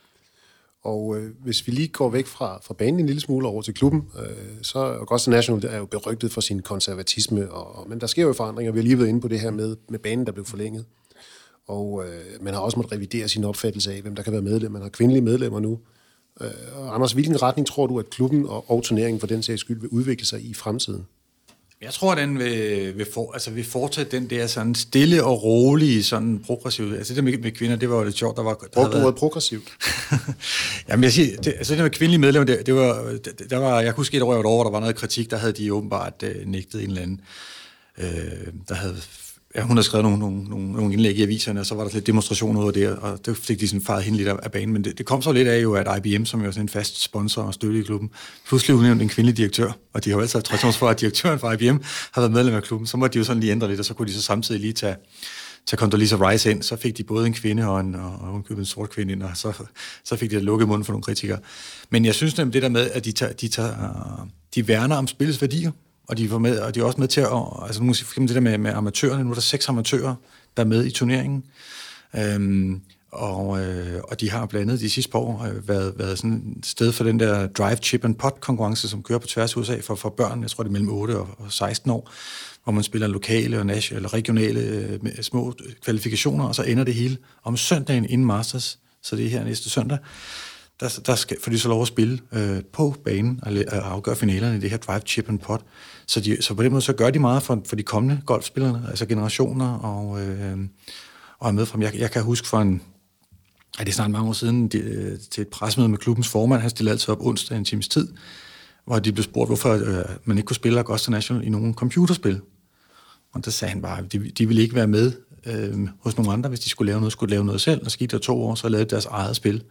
Og hvis vi lige går væk fra banen en lille smule over til klubben, så Augusta National er jo berygtet for sin konservatisme, men der sker jo forandringer. Vi har lige været inde på det her med banen, der blev forlænget. Og man har også måttet revidere sin opfattelse af, hvem der kan være medlem. Man har kvindelige medlemmer nu. Og Anders, hvilken retning tror du, at klubben og turneringen for den sags skyld vil udvikle sig i fremtiden? Jeg tror, at den vil fortsætte den der sådan stille og rolige, sådan progressiv. Altså det med kvinder, det var jo lidt sjovt. Brugte du ordet progressivt? Jamen jeg siger, det med kvindelige medlemmer, det var, jeg kunne huske et år, hvor der var noget kritik, der havde de åbenbart nægtet en eller anden, der havde... Ja, hun har skrevet nogle indlæg i aviserne, og så var der lidt demonstration over det, og det fik de sådan faret hende lidt af banen. Men det kom så lidt af jo, at IBM, som jo er sådan en fast sponsor og støtte i klubben, pludselig udnævnte en kvindelig direktør, og de har jo altid haft tradition for, at direktøren fra IBM har været medlem af klubben. Så måtte de jo sådan lige ændre lidt, og så kunne de så samtidig lige tage Condoleezza Rice ind. Så fik de både en kvinde og en sort kvinde ind, og så fik de lukket munden for nogle kritikere. Men jeg synes nemlig det der med, at de værner om spillets værdier, og de er også med til at, altså nu skal man det der med amatørerne, nu er der 6 amatører, der er med i turneringen, og de har blandt andet de sidste par år været sådan et sted for den der drive, chip and putt konkurrence, som kører på tværs af USA for børn, jeg tror det er mellem 8 og 16 år, hvor man spiller lokale og eller regionale små kvalifikationer, og så ender det hele om søndagen inden Masters, så det er her næste søndag, der skal, for de så lov at spille på banen og afgøre finalerne i det her drive, chip and putt. Så på den måde så gør de meget for de kommende golfspillere, altså generationer, og er med frem. Jeg kan huske for det er snart mange år siden, til et pressemøde med klubbens formand, han stillede altid op onsdag en times tid, hvor de blev spurgt, hvorfor man ikke kunne spille Augusta National i nogle computerspil. Og der sagde han bare, at de ville ikke være med hos nogle andre, hvis de skulle lave noget selv. Og så gik der 2 år, så lavede de deres eget spil,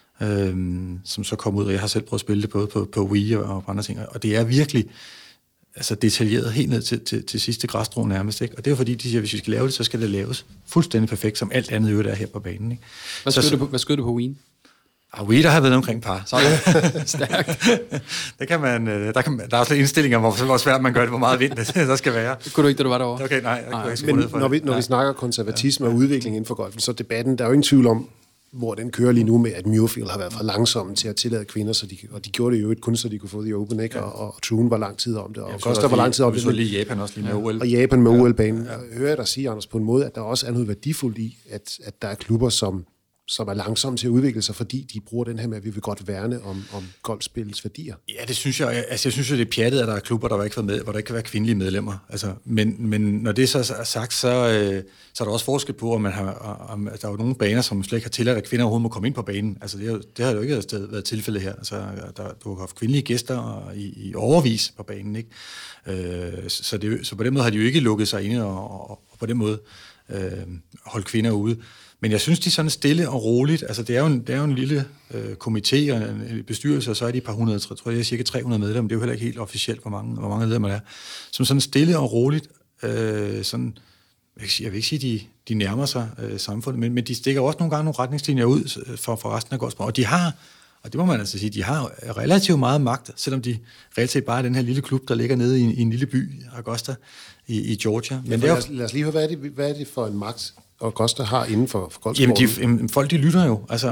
som så kom ud, og jeg har selv prøvet at spille det både på Wii og på andre ting. Og det er virkelig altså detaljeret helt ned til sidste græsstrå nærmest, ikke? Og det er fordi, de siger, at hvis vi skal lave det, så skal det laves fuldstændig perfekt, som alt andet øvrigt er her på banen, ikke? Hvad skød du på Wien? Wii, der har været omkring par. Sådan. Stærkt. Der er også lidt indstillinger, hvor svært man gør det, hvor meget vind der skal være. Det kunne du ikke, da du var derovre? Okay, nej. Men når vi snakker konservatisme og udvikling inden for golfen, så debatten, der er jo ingen tvivl om, hvor den kører lige nu med, at Muirfield har været for langsomme til at tillade kvinder, og de gjorde det jo ikke kun, så de kunne få det i Open, ikke? Og Troon var lang tid om det, og Augusta var lang tid om det. Vi så lige Japan også lige med OL. Og Japan med OL-banen. Hører jeg dig sige, Anders, på en måde, at der også er noget værdifuldt i, at der er klubber, som er langsomme til at udvikle sig, fordi de bruger den her med, at vi vil godt værne om golfspillets værdier. Ja, det synes jeg. Altså, jeg synes jo, det er pjattet, at der er klubber, der ikke været med, hvor der ikke kan være kvindelige medlemmer. Altså, men når det så er sagt, så er der også forskel på, om der er jo nogle baner, som slet ikke har tilladt, at kvinder overhovedet må komme ind på banen. Altså, det har jo ikke været tilfældet her. Altså, du har haft kvindelige gæster i overvis på banen, ikke? Så på den måde har de jo ikke lukket sig inde og på den måde holdt kvinder ude. Men jeg synes, de er sådan stille og roligt. Altså, det er jo en lille komité og en bestyrelse, og så er de et par hundrede, tror jeg, cirka 300 medlemmer. Det er jo heller ikke helt officielt, hvor mange medlemmer der er. Som sådan stille og roligt, sådan, jeg vil ikke sige, de nærmer sig samfundet, men de stikker også nogle gange nogle retningslinjer ud for resten af golfsport. Og de har, og det må man altså sige, de har relativt meget magt, selvom de reelt set bare er den her lille klub, der ligger nede i en lille by, Augusta, i Georgia. Men lad os lige høre, hvad er det for en magt, Augusta har inden for golfsporten? Jamen, folk de lytter jo. Altså,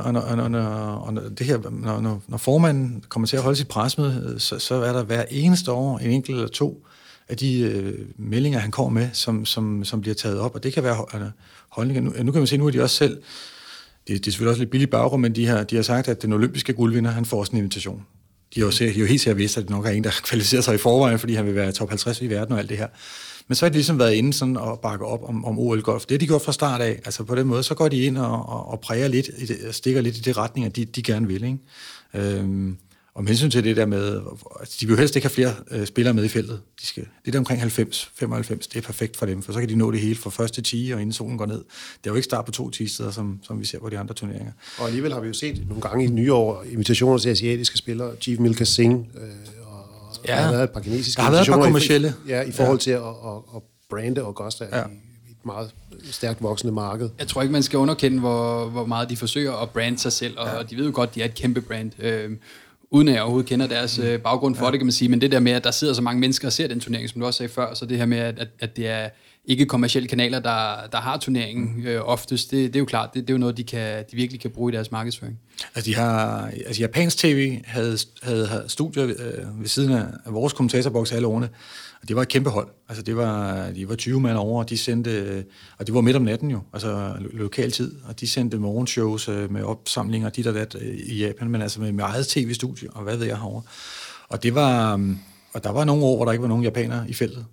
når formanden kommer til at holde sit pressemøde, så er der hver eneste år en enkelt eller 2 af de meldinger, han kommer med, som bliver taget op. Og det kan være holdninger. Nu kan man se, nu er de også selv, det er selvfølgelig også lidt billig baggrund, men de har sagt, at den olympiske guldvinder, han får sådan en invitation. De er jo helt sikkert vidst, at det nok er en, der kvalificerer sig i forvejen, fordi han vil være top 50 i verden og alt det her. Men så har de ligesom været inde sådan og bakke op om OL-golf. Det har de gjort fra start af. Altså på den måde, så går de ind og præger lidt, stikker lidt i det retning, at de gerne vil, ikke? Og med hensyn til det der med, altså de vil jo helst ikke have flere spillere med i feltet. Det er der omkring 90-95, det er perfekt for dem, for så kan de nå det hele fra første 10, og inden solen går ned. Det er jo ikke start på 2 10-steder, som vi ser på de andre turneringer. Og alligevel har vi jo set nogle gange i nyår invitationer til asiatiske spillere, Jeev Milkha Singh, der har været et par kinesiske der har været et par kommercielle. I forhold til at brande Augusta i et meget stærkt voksende marked. Jeg tror ikke, man skal underkende, hvor meget de forsøger at brande sig selv, og de ved jo godt, de er et kæmpe brand. Uden at jeg overhovedet kender deres baggrund for det, kan man sige. Men det der med, at der sidder så mange mennesker og ser den turnering, som du også sagde før, så det her med, at det er ikke kommercielle kanaler, der har turneringen oftest, det er jo klart, det er jo noget, de virkelig kan bruge i deres markedsføring. Altså japansk tv havde studier ved siden af vores kommentatorbokse alle årene, og det var et kæmpe hold. Altså de var 20 mand over, og de sendte, og det var midt om natten jo, altså lokal tid, og de sendte morgenshows med opsamlinger dit og dat i Japan, men altså med eget tv-studie, og hvad ved jeg herovre. Og der var nogle år, hvor der ikke var nogen japanere i feltet.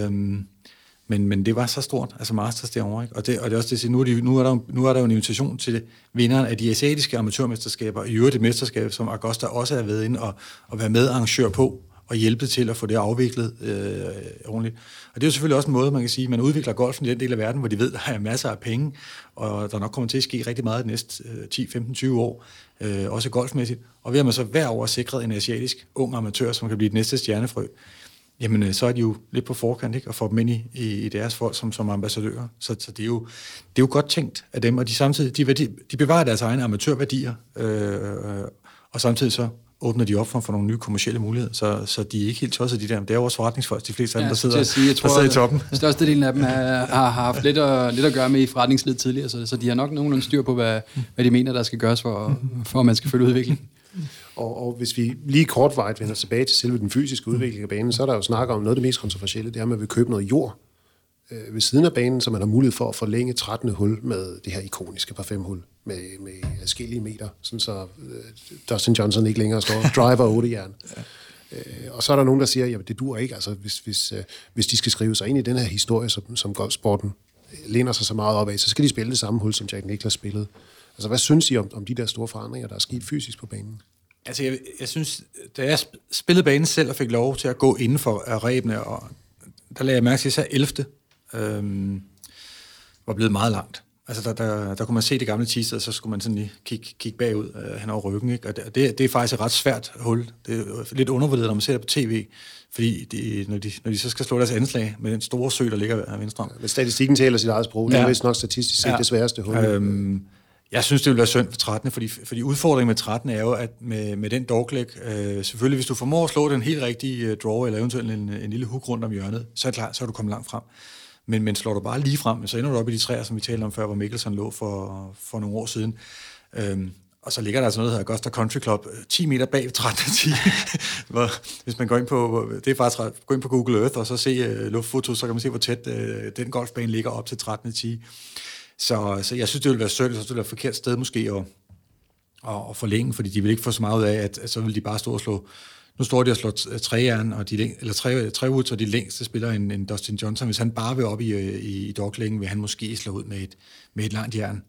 Men det var så stort, altså Masters derovre, ikke? Og det er også det, at nu er der jo en invitation til vinderen af de asiatiske amatørmesterskaber, i øvrigt et mesterskab, som Augusta også er ved inde og være medarrangør på, og hjælpe til at få det afviklet ordentligt. Og det er jo selvfølgelig også en måde, man kan sige, at man udvikler golfen i den del af verden, hvor de ved, at der er masser af penge, og der nok kommer til at ske rigtig meget de næste 10, 15, 20 år, også golfmæssigt. Og ved at man så hver år sikret en asiatisk ung amatør, som kan blive det næste stjernefrø, jamen så er de jo lidt på forkant, ikke? Og får dem ind i deres folk som ambassadører. Så det er jo godt tænkt af dem, og de samtidig de bevarer deres egne amatørværdier, og samtidig så åbner de op for nogle nye kommercielle muligheder, så de er ikke helt tosset, de der. Det er jo også forretningsfolk, de fleste af dem, der sidder i toppen. Størstedelen af dem har haft lidt at gøre med i forretningslivet tidligere, så de har nok nogenlunde styr på, hvad de mener, der skal gøres for at man skal følge udviklingen. Og hvis vi lige kortvarigt vender tilbage til selve den fysiske udvikling af banen, så er der jo snak om noget af det mest kontroversielle, det er, at man vil købe noget jord ved siden af banen, så man har mulighed for at forlænge 13. hul med det her ikoniske par 5-hul med adskillige meter, sådan så Dustin Johnson ikke længere står driver 8-jern. Og så er der nogen, der siger, at det dur ikke, altså hvis de skal skrive sig ind i den her historie, som golfsporten læner sig så meget op af, så skal de spille det samme hul, som Jack Nicklaus spillede. Altså hvad synes I om de der store forandringer, der er sket fysisk på banen? Altså jeg synes, da jeg spillede banen selv og fik lov til at gå inden for rebene, og der lagde jeg mærke til, at 11. var blevet meget langt. Altså der kunne man se det gamle teaser, og så skulle man sådan lige kigge bagud hen over ryggen, ikke? Og det er faktisk et ret svært hul. Det er lidt undervurderet, når man ser det på tv, fordi når de så skal slå deres anslag med den store sø, der ligger af venstre. Men statistikken taler sit eget sprog. Det er vist nok statistisk set det sværeste hul. Jeg synes, det vil være synd for 13, fordi udfordringen med 13 er jo, at med den dogleg, selvfølgelig hvis du formår at slå den helt rigtige draw, eller eventuelt en lille hook rundt om hjørnet, så er det klart, så er du kommet langt frem. Men slår du bare lige frem, så ender du op i de træer, som vi talte om før, hvor Mickelson lå for nogle år siden. Og så ligger der altså noget, der hedder Augusta Country Club, 10 meter bag 13.10. Hvis man går ind på, det er faktisk gå ind på Google Earth, og så se luftfoto, så kan man se, hvor tæt den golfbane ligger op til 13.10. Så jeg synes, det ville være synd, så det ville være et forkert sted måske at forlænge, fordi de vil ikke få så meget ud af, at så vil de bare stå og slå. Nu står de og slår træjern, eller træwoods, og de længste spiller en Dustin Johnson. Hvis han bare vil op i doglængen, vil han måske slå ud med et langt jern.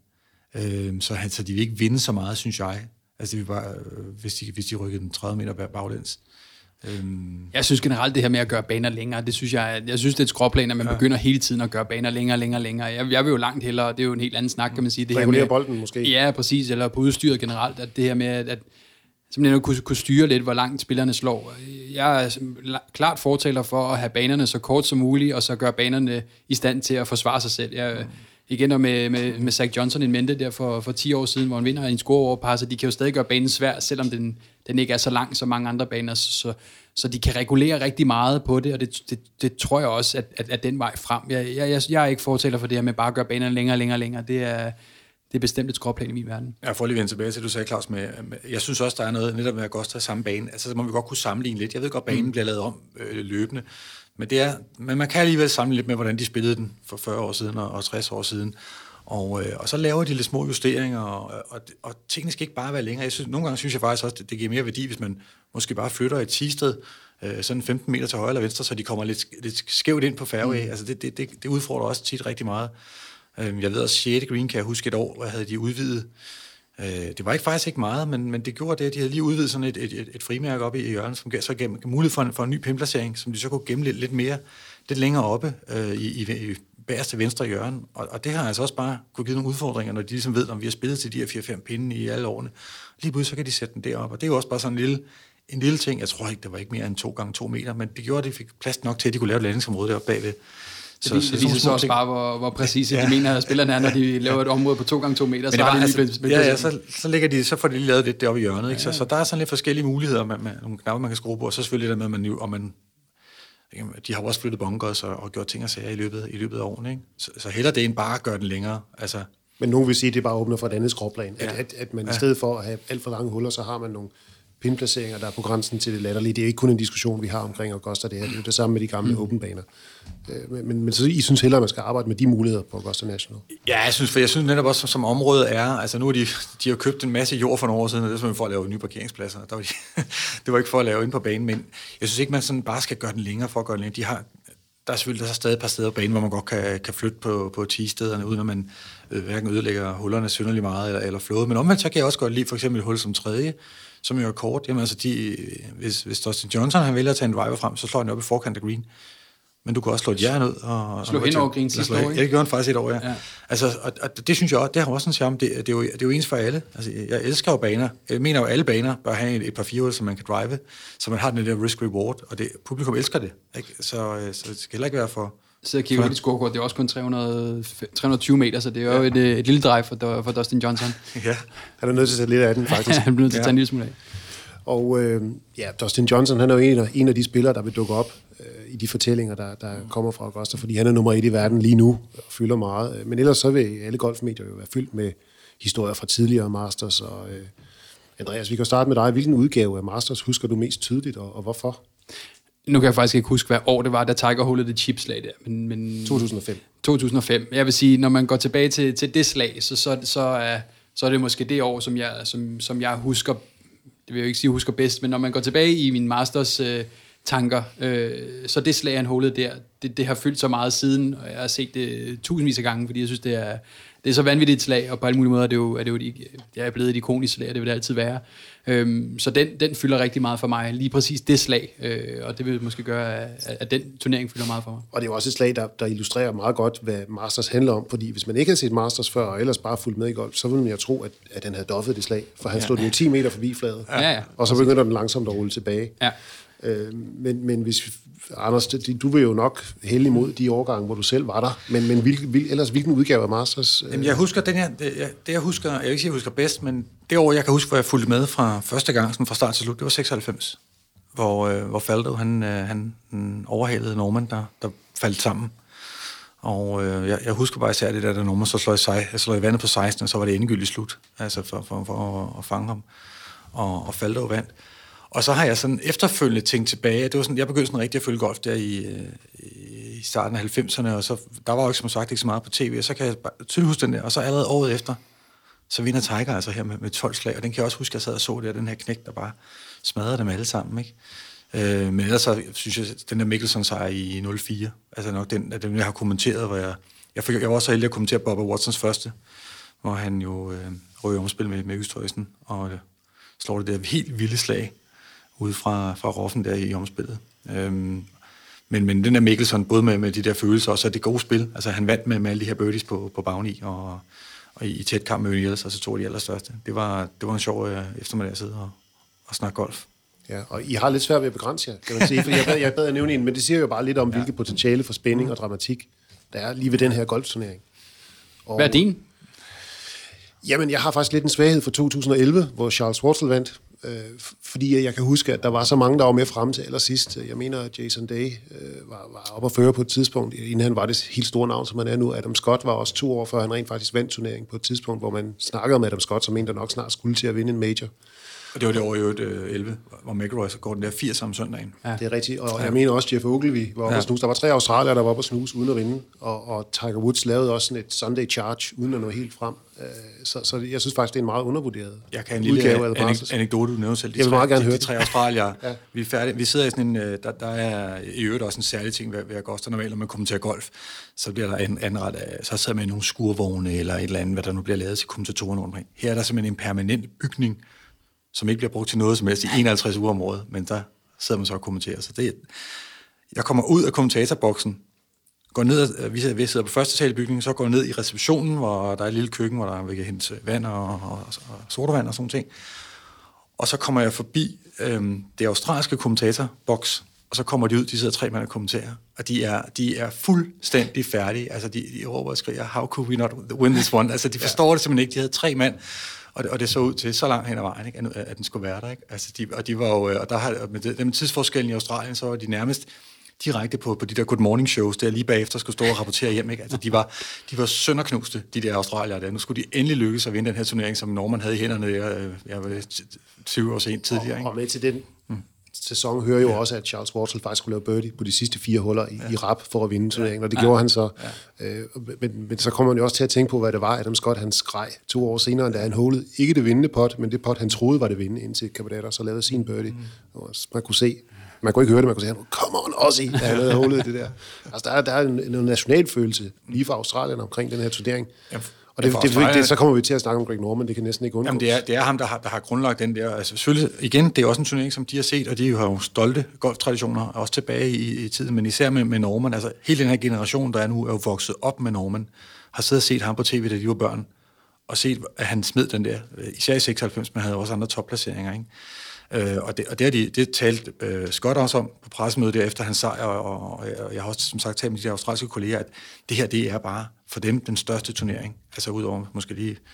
Så de vil ikke vinde så meget, synes jeg. Altså det vil bare, hvis de rykkede den 30 meter baglæns. Jeg synes generelt det her med at gøre baner længere, det synes jeg synes det er et skråplan, at man begynder hele tiden at gøre baner længere. Jeg vil jo langt hellere, det er jo en helt anden snak, kan man sige. Det her med bolden måske. Ja, præcis, eller på udstyret generelt, at det her med at simpelthen kunne styre lidt, hvor langt spillerne slår. Jeg er klart fortaler for at have banerne så kort som muligt, og så gøre banerne i stand til at forsvare sig selv. Igen og med Zach Johnson en mente der for 10 år siden, hvor han vinder en score over par, så de kan jo stadig gøre banen svær, selvom den ikke er så lang som mange andre baner, så de kan regulere rigtig meget på det, og det tror jeg også, at den vej frem. Jeg er ikke fortaler for det her med bare at gøre banerne længere. Det er bestemt et skråplan i min verden. Jeg får lige vende tilbage til, du sagde, Claus, jeg synes også, der er noget netop med Augusta samme bane. Altså, så må vi godt kunne sammenligne lidt. Jeg ved godt, banen bliver lavet om løbende, men man kan alligevel sammenligne lidt med, hvordan de spillede den for 40 år siden og 60 år siden. Og så laver de lidt små justeringer, og tingene skal ikke bare være længere. Nogle gange synes jeg faktisk også, det giver mere værdi, hvis man måske bare flytter et teested sådan 15 meter til højre eller venstre, så de kommer lidt skævt ind på fairway. Altså det udfordrer også tit rigtig meget. Jeg ved også, 6. green kan jeg huske et år, hvor havde de udvidet. Det var faktisk ikke meget, men det gjorde det, at de havde lige udvidet sådan et frimærke op i hjørnet, som gav så mulighed for en ny pinplacering, som de så kunne gemme lidt længere oppe i bagerste venstre hjørne. Og det har altså også bare kunne give nogle udfordringer, når de ligesom ved, om vi har spillet til de her 4-5 pinde i alle årene. Lige pludselig så kan de sætte den derop, og det er jo også bare sådan en lille ting. Jeg tror ikke, det var ikke mere end 2x2 meter, men det gjorde, at de fik plads nok til, at de kunne lave et landingsområde deroppe bagved. Det viser så også bare, hvor præcise de mener, at spillerne er, når de laver et område på 2x2 meter. Så får de lige lavet lidt deroppe i hjørnet. Ikke? Så der er sådan lidt forskellige muligheder med nogle knapper, man kan skrue på, og så selvfølgelig det med, de har også flyttet bunkers og gjort ting og sager i løbet af årene. Ikke? Så heller det end bare at gøre den længere. Altså. Men nogen vil sige, at det bare åbner for et andet skråplan. At man i stedet for at have alt for lange huller, så har man nogle pinplaceringer, der er på grænsen til det latterlige. Det er ikke kun en diskussion, vi har omkring Augusta. Det er jo det samme med de gamle åbenbaner. Men så I synes hellere, at man skal arbejde med de muligheder på Augusta National? Ja, jeg synes netop også, som området er, altså nu har de har købt en masse jord for nogle år siden, og det er simpelthen for at lave nye parkeringspladser. Det var ikke for at lave ind på banen, men jeg synes ikke, man sådan bare skal gøre den længere for at gøre den længere. Der er selvfølgelig stadig et par steder på banen, hvor man godt kan flytte på tee-stederne, uden at man hverken ødelægger hullerne synderligt meget eller flåde. Men omvendt, så kan jeg også godt lide for eksempel et hul som tredje, som jo er kort. Jamen altså, hvis Dustin Johnson han vælger at tage en driver frem, så slår han op i forkant af green. Men du kan også slå et jern ud. Slå hen over green sidste år, ikke? Ja, det gjorde han faktisk et år, ja. Altså, og det synes jeg også, det har også en charme. Det er jo ens for alle. Altså, jeg elsker jo baner. Jeg mener jo, at alle baner bør have et par 4 som man kan drive, så man har den der risk-reward, og publikum elsker det. Ikke? Så det skal heller ikke være for... Så jeg kigger på dit scorekort, det er også kun 320 meter, så det er jo et lille drive for Dustin Johnson. Ja, han er nødt til at sætte lidt af den, faktisk. Han er nødt til at tage en lille smule af. Og Dustin Johnson, han er jo en af de spillere, der vil dukke op i de fortællinger, der kommer fra Augusta, fordi han er nummer 1 i verden lige nu og fylder meget. Men ellers så vil alle golfmedier jo være fyldt med historier fra tidligere Masters. Og Andreas, vi kan starte med dig. Hvilken udgave af Masters husker du mest tydeligt, og hvorfor? Nu kan jeg faktisk ikke huske, hvad år det var, da Tiger hullede det chipslag der. Men 2005. 2005. Jeg vil sige, når man går tilbage til det slag, så er det måske det år, som jeg husker. Det vil jeg jo ikke sige, husker bedst, men når man går tilbage i min Masters tanker, så det slag, han hullede der, det har fyldt så meget siden, og jeg har set det tusindvis af gange, fordi jeg synes, det er så vanvittigt et slag, og på alle mulige måder jeg er blevet et ikonisk slag, og det vil det altid være. Så den fylder rigtig meget for mig, lige præcis det slag, og det vil måske gøre, at den turnering fylder meget for mig. Og det er jo også et slag, der illustrerer meget godt, hvad Masters handler om, fordi hvis man ikke har set Masters før, og ellers bare fulgt med i golf, så ville man jo tro, at han havde doffet det slag, for han stod jo 10 meter forbi fladet, og så begynder den langsomt at rulle tilbage. Ja. Men hvis, Anders, du vil jo nok hælde imod de årgange, hvor du selv var der, men ellers hvilken udgave af Masters? Jamen, jeg husker den her, det jeg husker, jeg vil ikke sige, jeg husker bedst, men det år, jeg kan huske, hvor jeg fulgte med fra første gang, sådan fra start til slut, det var 96, hvor Faldo, han overhalede Norman, der faldt sammen. Og jeg husker bare især det der, da Norman så slår i vandet på 16, og så var det endegyldigt slut, altså for at fange ham, og Faldo vandt. Og så har jeg sådan efterfølgende tænkt tilbage, at det var sådan, jeg begyndte sådan rigtig at følge golf der i starten af 90'erne, og så der var jo ikke, som sagt, ikke så meget på tv, og så kan jeg tydeligt huske den der, og så allerede året efter, så vinder Tiger altså her med 12 slag, og den kan jeg også huske, at jeg sad og så der, den her knæk, der bare smadrede dem alle sammen, ikke? Men ellers så synes jeg, den der Mickelson-sejr i 04, altså nok den jeg har kommenteret, hvor jeg var også så heldig at kommentere Bubba Watsons første, hvor han jo røg omspil med Østrøjsen, og slår det der helt vilde slag ude fra Roffen der i omspillet. Men den der Mickelson, både med de der følelser, og så det gode spil, altså han vandt med alle de her birdies på bagni, og i tæt kamp med Niels, og så tog de allerstørste. Det var en sjov eftermiddag at sidde og snakke golf. Ja, og I har lidt svært ved at begrænse jer, kan man sige, for jeg bad at nævne en, men det siger jo bare lidt om, hvilket potentiale for spænding og dramatik, der er lige ved den her golfturnering. Hvad er din? Jamen, jeg har faktisk lidt en svaghed for 2011, hvor Charles Schwartzel vandt, fordi jeg kan huske, at der var så mange, der var med frem til allersidst. Jeg mener, at Jason Day var oppe at føre på et tidspunkt, inden han var det helt store navn, som han er nu. Adam Scott var også 2 år før han rent faktisk vandt turneringen på et tidspunkt, hvor man snakkede om Adam Scott, som en, der nok snart skulle til at vinde en major. Og det var det år i 11, hvor McIlroy så går den der 80 om søndagen. Ja. Det er rigtigt, og jeg mener også, Jeff Ogilvy var oppe at snuse. Der var 3 australier, der var oppe at snuse uden at vinde, og Tiger Woods lavede også sådan et Sunday Charge, uden at nå helt frem. Så jeg synes faktisk, det er en meget undervurderet udgave. Jeg kan en lille anekdote, du nævner selv. Jeg vil meget gerne høre de 3 australier. Ja. Vi er færdige. Vi sidder i sådan en, der er i øvrigt også en særlig ting ved Augusta normalt, når man kommenterer golf. Så bliver der anret af, så sidder man i nogle skurvogne eller et eller andet, hvad der nu bliver lavet til kommentatorerne omkring. Her er der simpelthen en permanent bygning, som ikke bliver brugt til noget som helst i 51 uger om året, men der sidder man så og kommenterer. Så jeg kommer ud af kommentatorboksen, går ned, vi sidder på første sal i bygningen, så går jeg ned i receptionen, hvor der er et lille køkken, hvor der kan hente vand og sodavand og sådan ting. Og så kommer jeg forbi det australske kommentatorboks, og så kommer de ud, de sidder 3 mand og kommenterer, og de er fuldstændig færdige. Altså de råber og skriger, how could we not win this one? Altså de forstår det simpelthen ikke, de havde 3 mand, og det så ud til så langt hen ad vejen, ikke, at den skulle være der, ikke? Altså de var jo, og der har med tidsforskellen i Australien, så var de nærmest direkte på de der good morning shows, der lige bagefter skulle stå og rapportere hjem, ikke? Altså de var sønderknuste, de der australiere der. Nu skulle de endelig lykkes at vinde den her turnering, som Norman havde i hænderne der, 20 år sent tidligere, ikke? Og med til den sæson hører jo også, at Charles Schwartzel faktisk skulle lave birdie på de sidste 4 huller i rap for at vinde turneringen, og det gjorde han så. Men så kommer man jo også til at tænke på, hvad det var, Adam Scott han skreg 2 år senere, da han hullede ikke det vindende pot, men det pot, han troede var det vindende, indtil Cabrera så lavede sin birdie. Og man kunne se, man kunne ikke høre det, man kunne sige, come on, Ozzy, da han havde hullet det der. Altså, der er en nationalfølelse lige fra Australien omkring den her turnering. Og så kommer vi til at snakke om Greg Norman, det kan næsten ikke undgås. Jamen det er ham, der har grundlagt den der. Altså selvfølgelig, igen, det er også en turnering, som de har set, og de har jo stolte golftraditioner, også tilbage i tiden, men især med Norman. Altså hele den her generation, der er nu, er jo vokset op med Norman, har siddet og set ham på tv, da de var børn, og set, at han smed den der, især i 96, men havde også andre topplaceringer, ikke? Og det talte Scott også om på pressemødet der efter hans sejr, og jeg har også som sagt talt med de australske kolleger, at det her, det er bare for dem den største turnering. Altså udover måske lige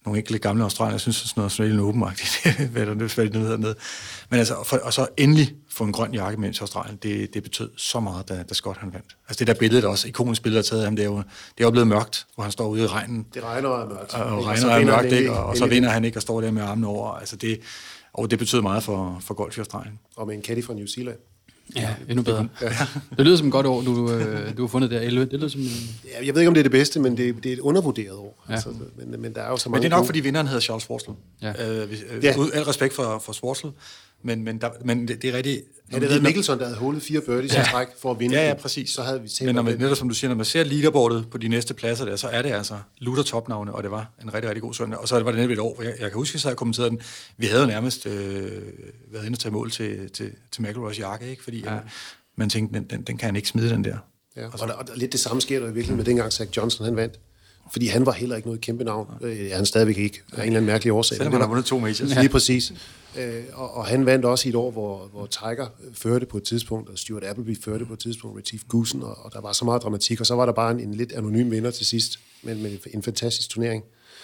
nogle enkelte gamle australier synes sådan noget Australian Open-agtigt, hvad det hedder ned. Men altså, og så endelig få en grøn jakke med til Australien, det betød så meget, da Scott han vandt. Altså det der billede, der også ikonisk billede, der taget af ham, det er jo blevet mørkt, hvor han står ude i regnen. Det regner og er mørkt. Og regner og er mørkt, ikke? Og så vinder han ikke og står der med armene over. Altså det betød meget for golf i Australien. Og med en caddy fra New Zealand. Ja, endnu bedre. Ja. Det lyder som et godt år, du har fundet der 11. Det lyder som Ja, jeg ved ikke, om det er det bedste, men det er et undervurderet år. Ja. Altså, men der er jo så mange. Men det er nok, fordi vinderen hedder Charles Schwartzler. Ja. Al respekt for Schwartzler, men det er rigtigt. Ja, det havde Mickelson, der havde hullet 4 birdies i træk for at vinde. Ja, præcis. Så havde vi men netop som du siger, når man ser leaderboardet på de næste pladser der, så er det altså lutter topnavne, og det var en rigtig, rigtig god søndag. Og så var det netop et år, hvor jeg kan huske, at jeg kommenterede den. Vi havde jo nærmest været inde og tage mål til McIlroys jakke, ikke? Fordi man tænkte, den kan han ikke smide, den der. Ja, og lidt det samme sker der virkelig med dengang Zach Johnson han vandt. Fordi han var heller ikke noget kæmpe navn. Han stadigvæk ikke, af en eller anden mærkelig årsag. Selvom han har vundet 2 majors. Lige præcis. Og han vandt også i et år, hvor Tiger førte på et tidspunkt, og Stuart Appleby førte på et tidspunkt, Retief Goosen, og der var så meget dramatik, og så var der bare en lidt anonym vinder til sidst, med en fantastisk turnering.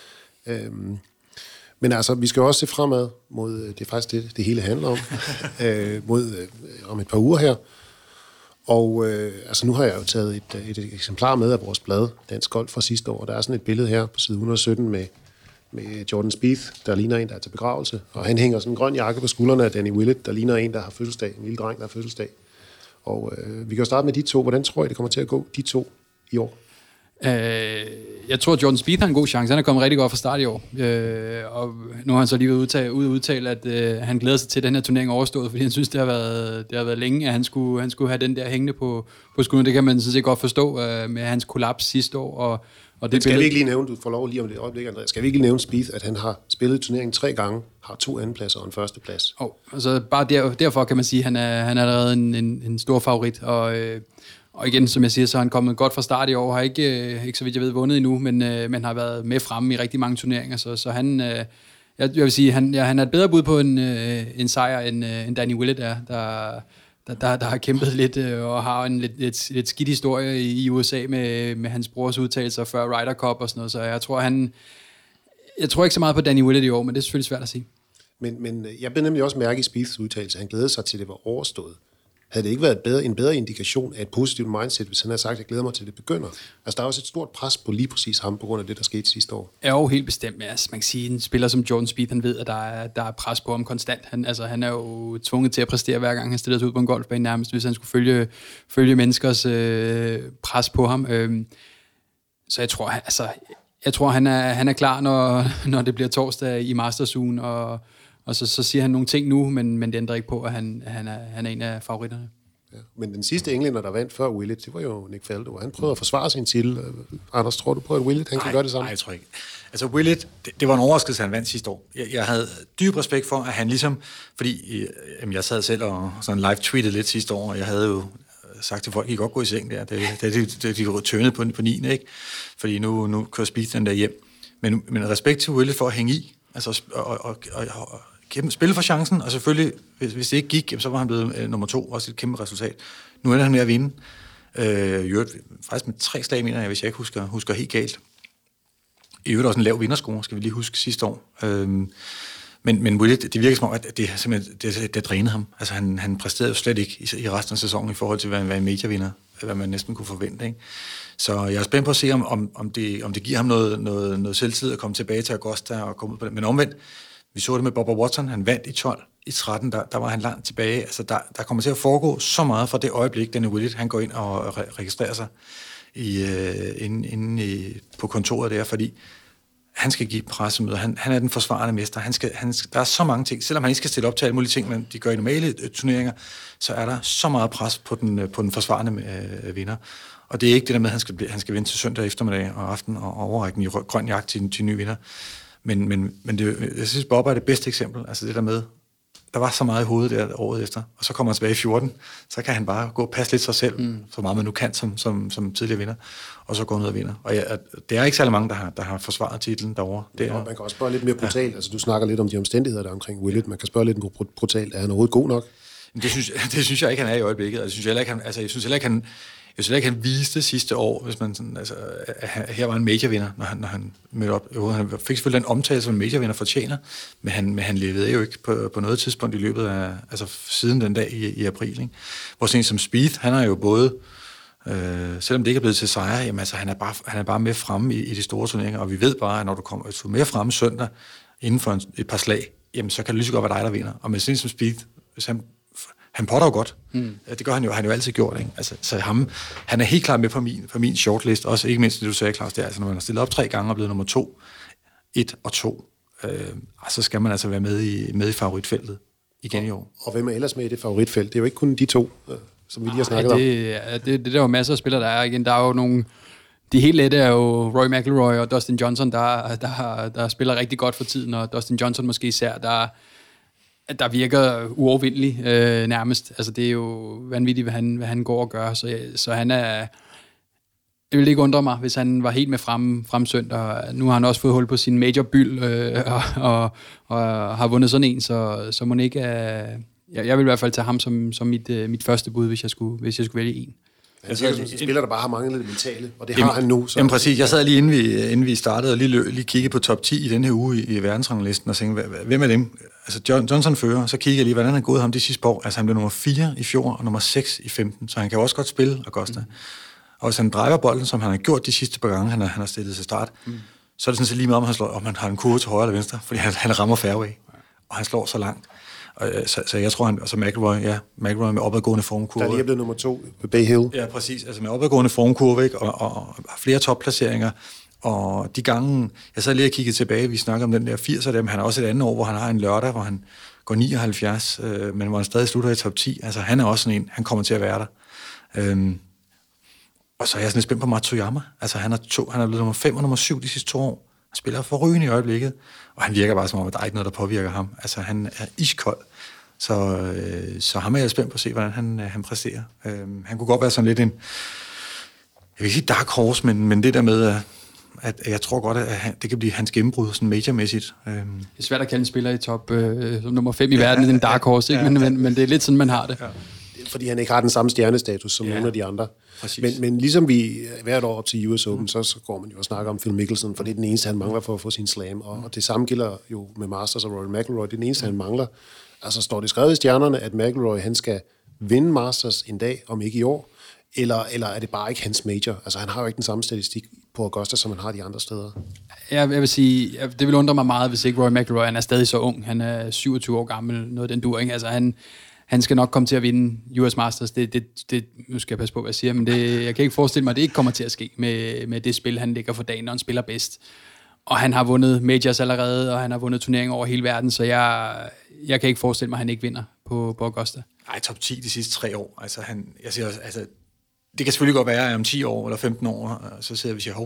Men altså, vi skal jo også se fremad mod, det er faktisk det hele handler om, om et par uger her. Og altså nu har jeg jo taget et eksemplar med af vores blad, Dansk Golf fra sidste år, og der er sådan et billede her på side 117 med Jordan Spieth, der ligner en, der er til begravelse, og han hænger sådan en grøn jakke på skuldrene af Danny Willett, der ligner en, der har fødselsdag, en lille dreng, der har fødselsdag. Og vi kan jo starte med de to. Hvordan tror I, det kommer til at gå, de to i år? Jeg tror, at Jordan Spieth har en god chance. Han er kommet rigtig godt fra start i år. Og nu har han så lige været ude og udtale, at han glæder sig til, at den her turnering overstået, fordi han synes, det har været længe, at han skulle have den der hængende på skulderen. Det kan man sådan set godt forstå med hans kollaps sidste år. Og det skal vi ikke lige nævne, du får lov lige om det øjeblik, Andreas, skal vi ikke lige nævne Spieth, at han har spillet turneringen 3 gange, har 2 andenpladser og en førsteplads? Altså bare derfor kan man sige, at han er allerede en stor favorit, og igen, som jeg siger, så er han kommet godt fra start i år, har ikke så vidt jeg ved vundet endnu, men har været med fremme i rigtig mange turneringer, så han, jeg vil sige, han er et bedre bud på en sejr, end Danny Willett er, der har kæmpet lidt, og har en lidt skidt historie i USA med hans brors udtalelser før Ryder Cup og sådan noget, så jeg tror ikke så meget på Danny Willett i år, men det er selvfølgelig svært at sige. Men jeg blev nemlig også mærke i Spieths udtalelse, han glædede sig til, det var overstået. Havde det ikke været en bedre indikation af et positivt mindset, hvis han havde sagt, at jeg glæder mig til, det begynder? Altså, der er også et stort pres på lige præcis ham, på grund af det, der skete sidste år. Ja, jo, helt bestemt. Altså, man kan sige, en spiller som Jordan Spieth, han ved, at der er pres på ham konstant. Han er jo tvunget til at præstere, hver gang han stiller sig ud på en golfbane nærmest, hvis han skulle følge menneskers pres på ham. Så jeg tror, han er klar, når det bliver torsdag i Masters-ugen, og så siger han nogle ting nu, men det ændrer ikke på, at han er en af favoritterne. Ja, men den sidste englænder, der vandt før Willett, det var jo Nick Faldo. Han prøvede at forsvare sin titel. Anders, tror du på, at Willett kan gøre det samme? Nej, jeg tror ikke. Altså Willett, det var en overraskelse, han vandt sidste år. Jeg havde dyb respekt for, at han ligesom, fordi jeg sad selv og sådan live-tweetede lidt sidste år, og jeg havde jo sagt til folk, at I godt gå i seng der, da de var tønet på 9. Ikke? Fordi nu kører Spieth den der hjem. Men respekt til Willett for at hænge i, altså og spille for chancen, og selvfølgelig, hvis det ikke gik, så var han blevet nummer 2, også et kæmpe resultat. Nu ender han med at vinde. Faktisk med 3 slag, mener jeg, hvis jeg ikke husker helt galt. I øvrigt også en lav vinderscore, skal vi lige huske sidste år. Men Willett, det virker som om, at det simpelthen det drænede ham. Altså han præsterede jo slet ikke i resten af sæsonen i forhold til, hvad en major-vinder, hvad man næsten kunne forvente. Ikke? Så jeg er spændt på at se, om det giver ham noget selvtid at komme tilbage til Augusta og komme ud på det. Men omvendt, vi så det med Bubba Watson, han vandt i 12. I 13, der var han langt tilbage. Altså, der kommer til at foregå så meget fra det øjeblik, Danny Willett, han går ind og registrerer sig inde på kontoret der, fordi han skal give pressemøder. Han er den forsvarende mester. Der er så mange ting. Selvom han ikke skal stille op til alle mulige ting, men de gør i normale turneringer, så er der så meget pres på den forsvarende vinder. Og det er ikke det der med, at han skal vinde til søndag eftermiddag og aften og overrække en grøn jagt til en ny vinder. Men jeg synes, Bob er det bedste eksempel. Altså det der med, der var så meget i hovedet der året efter, og så kommer han tilbage i 14, så kan han bare gå og passe lidt sig selv, så meget man nu kan som tidligere vinder, og så gå ned og vinder. Og det er ikke særlig mange, der har forsvaret titlen derovre. Man kan også spørge lidt mere brutalt. Altså du snakker lidt om de omstændigheder, der er omkring Willett. Man kan spørge lidt brutalt. Er han overhovedet god nok? Det synes jeg ikke, han er i øjeblikket. Altså, jeg synes heller ikke, Jeg synes ikke, han viste sidste år, hvis man sådan, altså, her var en majorvinder, når han mødte op. Jo, han fik selvfølgelig den omtale, som en majorvinder fortjener, men han levede jo ikke på noget tidspunkt i løbet af, altså siden den dag i april. Ikke? Hvor sådan en som Spieth, han er jo både, selvom det ikke er blevet til sejr, jamen, altså, han er bare med fremme i de store turneringer, og vi ved bare, at når du er med fremme søndag, inden for et par slag, jamen, så kan det lige så godt være dig, der vinder. Og med sådan en som Spieth, hvis han potter jo godt. Det gør han jo, han har jo altid gjort. Ikke? Altså, så han er helt klart med på min shortlist, også ikke mindst det, du sagde, Claus, det er, altså, når man har stillet op 3 gange og blevet nummer 2, 1 og 2, så skal man altså være med i favoritfeltet igen i år. Og hvem er ellers med i det favoritfelt? Det er jo ikke kun de 2, som vi lige har snakket om. Det der er jo masser af spillere, der er. Igen, der er jo nogle... De helt lette er jo Rory McIlroy og Dustin Johnson, der spiller rigtig godt for tiden, og Dustin Johnson måske især, der virker uovervindelig nærmest. Altså, det er jo vanvittigt, hvad han går og gør. Så han er... Det ville ikke undre mig, hvis han var helt med frem søndag. Nu har han også fået hul på sin major byld, og har vundet sådan en, så må ikke... Jeg vil i hvert fald tage ham som mit første bud, hvis jeg skulle vælge en. Han siger, en spiller, der bare har manglet det mentale, og det har han nu. Så. Jamen præcis. Jeg sad lige inden vi startede og lige kiggede på top 10 i den her uge i verdensranglisten og tænkte, hvem er dem? Altså Johnson fører, så kiggede jeg lige, hvordan han gået ham de sidste år. Altså han blev nummer 4 i fjor og nummer 6 i 15, så han kan jo også godt spille Augusta. Og hvis han driver bolden, som han har gjort de sidste par gange, han har stillet til start, så er det sådan set lige meget, om han har en kurve til højre eller venstre, fordi han rammer fairway, og han slår så langt. Så jeg tror, altså McIlroy med opadgående formkurve. Der lige er blevet nummer 2 ved Bay Hill. Ja, præcis. Altså med opadgående formkurve, ikke? Og flere topplaceringer. Og de gange, jeg så lige kigget tilbage, vi snakker om den der 80'er dem, han har også et andet år, hvor han har en lørdag, hvor han går 79, men hvor han stadig slutter i top 10. Altså han er også sådan en, han kommer til at være der. Og så er jeg sådan lidt spændt på Matsuyama. Altså han er blevet nummer 5 og nummer 7 de sidste 2 år. Han spiller forrygende i øjeblikket, og han virker bare som om, at der er ikke noget, der påvirker ham. Altså, han er iskold. Så ham er jeg spændt på at se, hvordan han præsterer. Han kunne godt være sådan lidt en, jeg vil ikke sige dark horse, men det der med, at jeg tror godt, at det kan blive hans gennembrud, sådan majormæssigt. Det er svært at kalde en spiller i top som nummer 5 i verden, en dark horse, ikke? Men det er lidt sådan, man har det. Ja. Fordi han ikke har den samme stjernestatus som nogle af de andre. Men ligesom vi hvert år op til US Open, så går man jo og snakker om Phil Mickelson, for det er den eneste, han mangler for at få sin slam. Og det samme gælder jo med Masters og Rory McIlroy. Det er den eneste, han mangler. Altså står det skrevet i stjernerne, at McIlroy han skal vinde Masters en dag, om ikke i år, eller er det bare ikke hans major? Altså han har jo ikke den samme statistik på Augusta, som han har de andre steder. Jeg vil sige, det vil undre mig meget, hvis ikke Rory McIlroy, han er stadig så ung. Han er 27 år gammel, noget den dur, ikke? Altså han skal nok komme til at vinde US Masters. Nu skal jeg passe på, hvad jeg siger, men jeg kan ikke forestille mig, at det ikke kommer til at ske med det spil, han lægger for dagen, når han spiller bedst. Og han har vundet majors allerede, og han har vundet turneringer over hele verden, så jeg kan ikke forestille mig, at han ikke vinder på Augusta. Nej, top 10 de sidste 3 år. Altså, jeg siger også, altså, det kan selvfølgelig godt være, at om 10 år eller 15 år, så sidder vi og siger,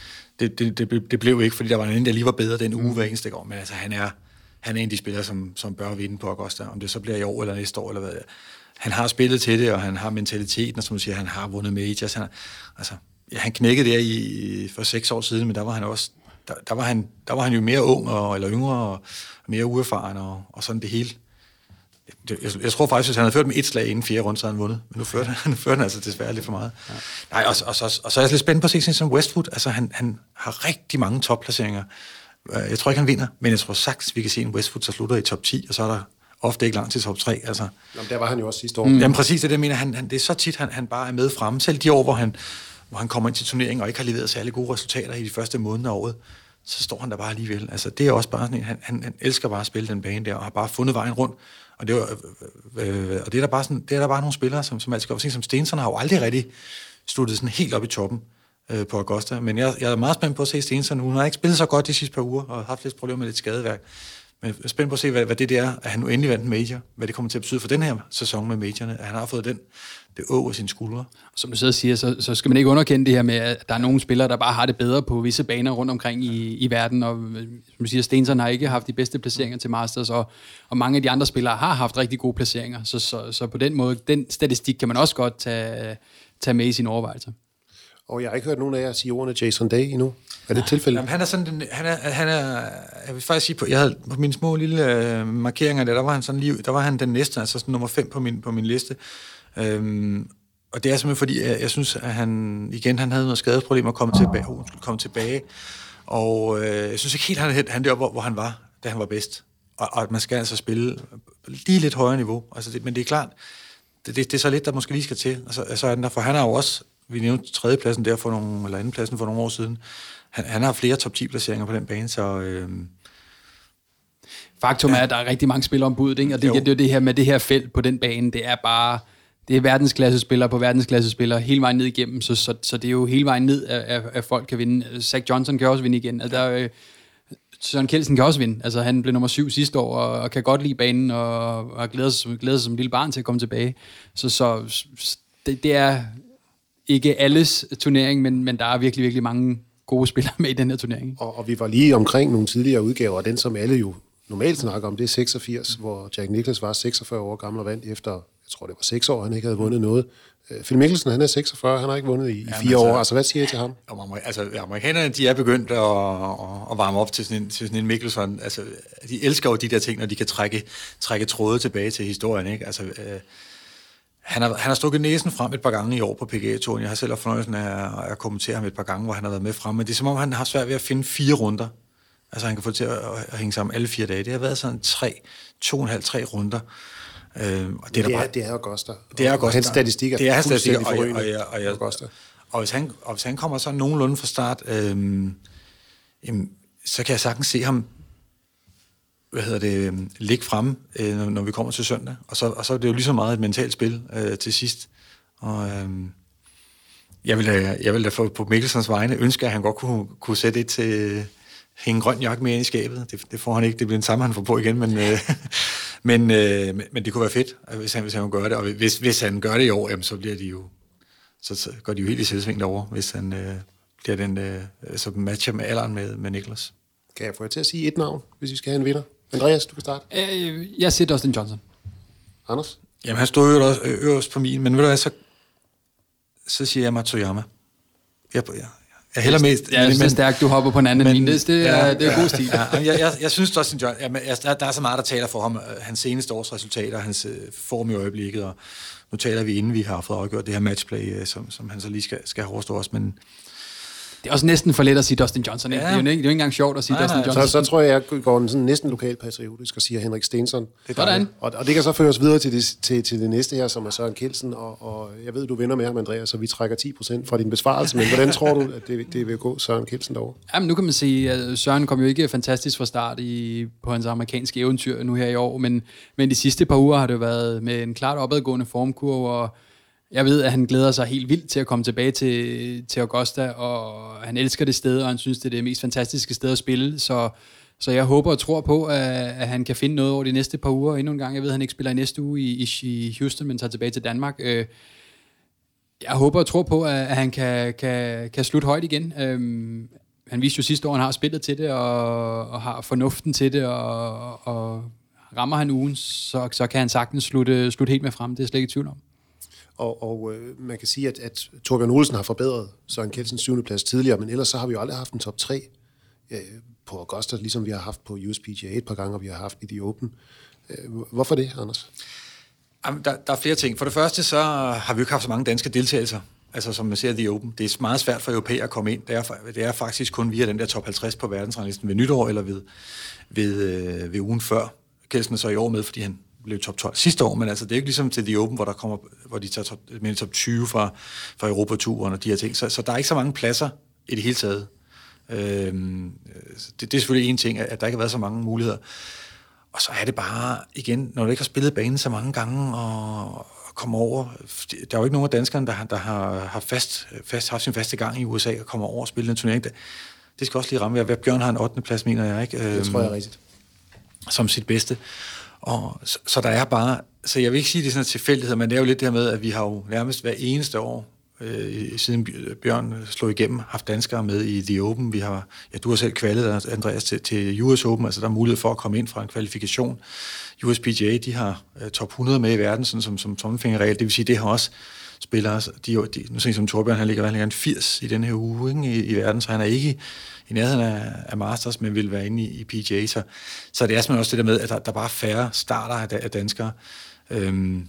det blev ikke, fordi der var en anden, der lige var bedre den uge hver eneste år, men altså, han er en af de spillere, som bør vinde på Augusta, om det så bliver i år eller næste år, eller hvad. Han har spillet til det, og han har mentaliteten, og som du siger, han har vundet majors. Han knækkede der for 6 år siden, men der var han også, der var han jo mere ung, eller yngre, og mere uerfaren, og sådan det hele. Jeg tror faktisk, hvis han havde ført med 1 slag inden 4 runde, så havde han vundet. Men nu førte han altså desværre lidt for meget. Ja. Nej, og så er jeg lidt spændt på at se sådan som Westwood. Altså, han har rigtig mange topplaceringer. Jeg tror ikke, han vinder, men jeg tror sagtens, vi kan se en Westwood, der slutter i top 10, og så er der ofte ikke langt til top 3. Altså. Jamen, der var han jo også sidste år. Jamen præcis, det mener det er så tit, han bare er med fremme. Selv de år, hvor han kommer ind til turneringen og ikke har leveret særlig gode resultater i de første måneder af året, så står han der bare alligevel. Altså, det er også bare sådan en, han elsker bare at spille den bane der, og har bare fundet vejen rundt. Og det er der bare nogle spillere, som altid går. Som Stenson har jo aldrig rigtig sluttet sådan helt op i toppen på Augusta. Men jeg er meget spændt på at se Stenson. Hun har ikke spillet så godt de sidste par uger, og har haft lidt problemer med lidt skadeværk. Men jeg er spændt på at se, hvad det er, at han nu endelig vandt en major. Hvad det kommer til at betyde for den her sæson med majorerne. At han har fået det af sine skuldre. Og som du sidder og siger, så skal man ikke underkende det her med, at der er nogle spillere, der bare har det bedre på visse baner rundt omkring i verden. Og som du siger, Stenson har ikke haft de bedste placeringer til Masters, og mange af de andre spillere har haft rigtig gode placeringer. Så på den måde, den statistik kan man også godt tage med i sine overvejelser. Og jeg har ikke hørt nogen af jer sige ordene Jason Day endnu. Er det et tilfælde? Jamen, han er sådan, jeg vil faktisk sige, jeg havde på mine små lille markeringer der var han sådan der var han den næste, altså sådan nummer 5 på min liste. og det er simpelthen fordi, jeg synes, at han havde noget skadeproblemer og kom tilbage. Og jeg synes ikke helt, han deroppe, hvor han var, da han var bedst. Og at man skal altså spille lige lidt højere niveau. Altså men det er klart, det er så lidt, der måske lige skal til. Altså er den der, for han har jo også, vi nævnte tredjepladsen der eller andenpladsen for nogle år siden. Han har flere top 10 placeringer på den bane, så... Faktum er, at der er rigtig mange spillere ombud, ikke? Og det er jo det her med det her felt på den bane, det er bare... Det er verdensklassespillere på verdensklassespillere hele vejen ned igennem, så det er jo hele vejen ned, at folk kan vinde. Zach Johnson kan også vinde igen. Altså, Søren Kjeldsen kan også vinde. Altså, han blev nummer 7 sidste år, og kan godt lide banen, og glæder sig som lille barn til at komme tilbage. Så det er ikke alles turnering, men der er virkelig, virkelig mange gode spillere med i den her turnering. Og vi var lige omkring nogle tidligere udgaver, og den som alle jo normalt snakker om, det er 86, hvor Jack Nicklaus var 46 år gammel og vandt efter, jeg tror det var 6 år, han ikke havde vundet noget. Phil Mickelson, han er 46, han har ikke vundet i 4 år. Altså, hvad siger I til ham? Amerikanerne, de er begyndt at varme op til sådan en Mickelson. Altså, de elsker jo de der ting, når de kan trække tråde tilbage til historien, ikke? Altså, han har stukket næsen frem et par gange i år på PGA-turen. Jeg har selv haft fornøjelsen af at kommentere ham et par gange, hvor han har været med frem. Men det er som om, han har svært ved at finde 4 runder. Altså, han kan få det til at hænge sammen alle 4 dage. Det har været sådan 2,5-3 runder. Og det er Augusta. Det er Augusta. Hans statistikker. Det er hans statistikker, og Augusta. Og hvis han kommer så nogenlunde fra start, så kan jeg sagtens se ham ligge fremme, når vi kommer til søndag. Og så er det jo lige så meget et mentalt spil til sidst. Og jeg vil da på Mikkelsons vegne ønske, at han godt kunne sætte et til hænge grøn jakke med ind i skabet. Det får han ikke. Det bliver den samme, han får på igen, men det kunne være fedt, hvis han gør det. Og hvis han gør det i år, jamen, så bliver de jo, så går de jo helt i selvsving derovre, hvis han bliver den så matcher med alderen med Nicklaus. Kan jeg få jer til at sige et navn, hvis vi skal have en vinder? Andreas, du kan starte. Jeg siger Dustin Johnson. Anders? Jamen, han stod jo også øverst på min, men ved du hvad, så siger jeg Matsuyama. Jeg hælder mest. Ja, det er stærkt, du hopper på en anden linje. Det er god stil. Jeg synes Dustin Johnson, der er så meget, der taler for ham. Hans seneste års resultater, hans form i øjeblikket, og nu taler vi, inden vi har fået afgjort det her matchplay, som han så lige skal have overstå os, men... Det er også næsten for let at sige Dustin Johnson. Ja. Det er jo ikke engang sjovt at sige Dustin Johnson. Så tror jeg går sådan næsten lokalpatriotisk og siger Henrik Stenson. Hvordan? Og det kan så føre os videre til det næste her, som er Søren Kjeldsen. Og jeg ved, du vinder med ham, Andreas, så vi trækker 10% fra din besvarelse. Men hvordan tror du, at det vil gå Søren Kjeldsen derovre? Jamen, nu kan man sige, at Søren kom jo ikke fantastisk fra start på hans amerikanske eventyr nu her i år. Men de sidste par uger har det været med en klart opadgående formkurve, og jeg ved, at han glæder sig helt vildt til at komme tilbage til Augusta, og han elsker det sted, og han synes, det er det mest fantastiske sted at spille. Så jeg håber og tror på, at han kan finde noget over de næste par uger endnu en gang. Jeg ved, at han ikke spiller i næste uge i Houston, men tager tilbage til Danmark. Jeg håber og tror på, at han kan slutte højt igen. Han viste jo sidste år, at han har spillet til det, og har fornuften til det, og rammer han ugen, så kan han sagtens slutte helt med frem. Det er slet ikke i tvivl om. Og man kan sige, at Torbjørn Olsen har forbedret Søren Kjeldsens 7. plads tidligere, men ellers så har vi jo aldrig haft en top 3 på Augusta, ligesom vi har haft på USPGA et par gange, og vi har haft i The Open. Hvorfor det, Anders? Jamen, der er flere ting. For det første, så har vi jo ikke haft så mange danske deltagelser, altså som man ser The Open. Det er meget svært for europæer at komme ind. Det er faktisk kun via den der top 50 på verdensranglisten ved nytår, eller ved ugen før. Kjeldsen er så i år med, fordi han blev top 12 sidste år, men altså det er ikke ligesom til The Open, hvor de tager top 20 fra Europaturen og de her ting. Så der er ikke så mange pladser i det hele taget. Det er selvfølgelig en ting, at der ikke har været så mange muligheder. Og så er det bare, igen, når du ikke har spillet banen så mange gange og kommer over. Der er jo ikke nogen af danskerne, der har haft sin faste gang i USA og kommer over og spille en turnering. Det skal også lige ramme. Bjørn har en 8. plads, mener jeg, ikke? Det tror jeg er rigtigt. Som sit bedste. Og så der er bare, så jeg vil ikke sige, det er sådan en tilfældighed, men det er jo lidt det her med, at vi har jo nærmest hver eneste år, siden Bjørn slog igennem, haft danskere med i The Open. Vi har, du har selv kvalet, Andreas, til US Open, altså der er mulighed for at komme ind fra en kvalifikation. USPGA, de har top 100 med i verden, sådan som tommelfingerregel. Det vil sige, det har også spillere, nu ser som Torbjørn, han ligger en 80 i denne her uge, ikke, i verden, så han er ikke i nærheden af Masters, men vil være inde i PGA. Så det er simpelthen også det der med, at der bare er færre starter af danskere.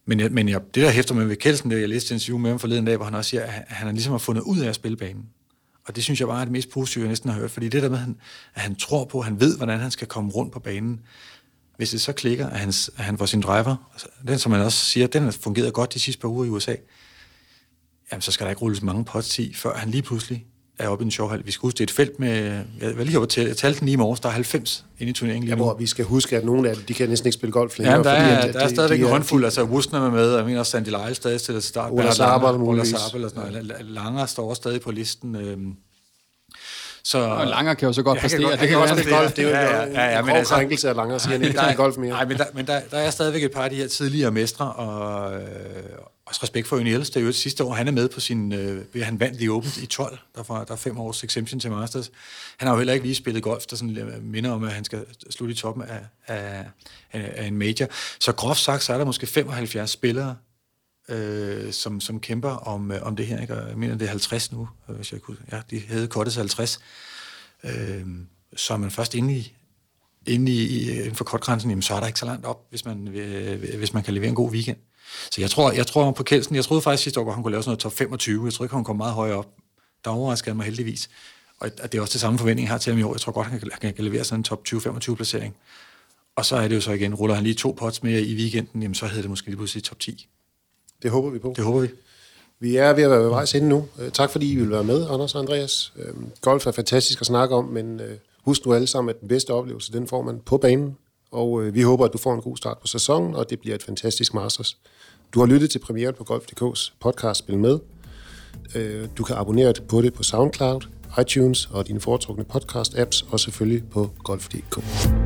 Men det, der hæfter med ved Kjeldsen, det jeg læste en interview med ham forleden dag, hvor han også siger, at han ligesom har fundet ud af at spille banen. Og det synes jeg bare er det mest positive, jeg næsten har hørt. Fordi det der med, at han tror på, at han ved, hvordan han skal komme rundt på banen. Hvis det så klikker, at han får sin driver, den som man også siger, den har fungeret godt de sidste par uger i USA, jamen så skal der ikke rulles mange pots i, før han lige pludselig er oppe i en showhal. Vi skal huske, det er et felt med, jeg var lige oppe til, jeg talte den lige i morges, der er 90 inde i turneringen lige nu. Ja, vi skal huske, at nogle af dem, de kan næsten ikke spille golf længere. Ja, der er stadigvæk en håndfuld, altså Wustner er med, og jeg mener også Sandy Lyle stadig til at starte. Ola Sabel muligvis. Langer står stadig på listen. Så, og Langer kan jo så godt præstere. Det kan også spille golf. Det er jo en krænkelse af Langer, siger han ikke kan golf mere. Nej, men der er stadigvæk et par af de her tidligere mestre, og også respekt for Uniels. Det er jo et sidste år, han er med på sin... han vandt The Open i 12. Der er 5 års exemption til Masters. Han har jo heller ikke lige spillet golf, der sådan minder om, at han skal slutte i toppen af en major. Så groft sagt, så er der måske 75 spillere, som kæmper om det her, ikke? Og jeg mener, det er 50 nu, hvis jeg kunne... Ja, de havde kortet 50. Så er man først inde for kortgrænsen, jamen, så er der ikke så langt op, hvis man kan levere en god weekend. Så jeg tror på Kjeldsen. Jeg troede faktisk sidste år, at han kunne lave sådan noget top 25. Jeg tror ikke, han kom meget højere op. Der overraskede mig heldigvis. Og det er også det samme forventning her til ham i år. Jeg tror godt, han kan levere sådan en top 20-25 placering. Og så er det jo så igen, ruller han lige 2 pots mere i weekenden, jamen så havde det måske lige pludselig top 10. Det håber vi på. Det håber vi. Vi er ved at være ved vejs ende nu. Tak fordi I vil være med, Anders og Andreas. Golf er fantastisk at snakke om, men husk nu alle sammen, at den bedste oplevelse, den får man på banen. Og vi håber, at du får en god start på sæsonen, og det bliver et fantastisk Masters. Du har lyttet til premieren på Golf.dk's podcast Spil Med. Du kan abonnere på det på SoundCloud, iTunes og dine foretrukne podcast-apps, og selvfølgelig på Golf.dk.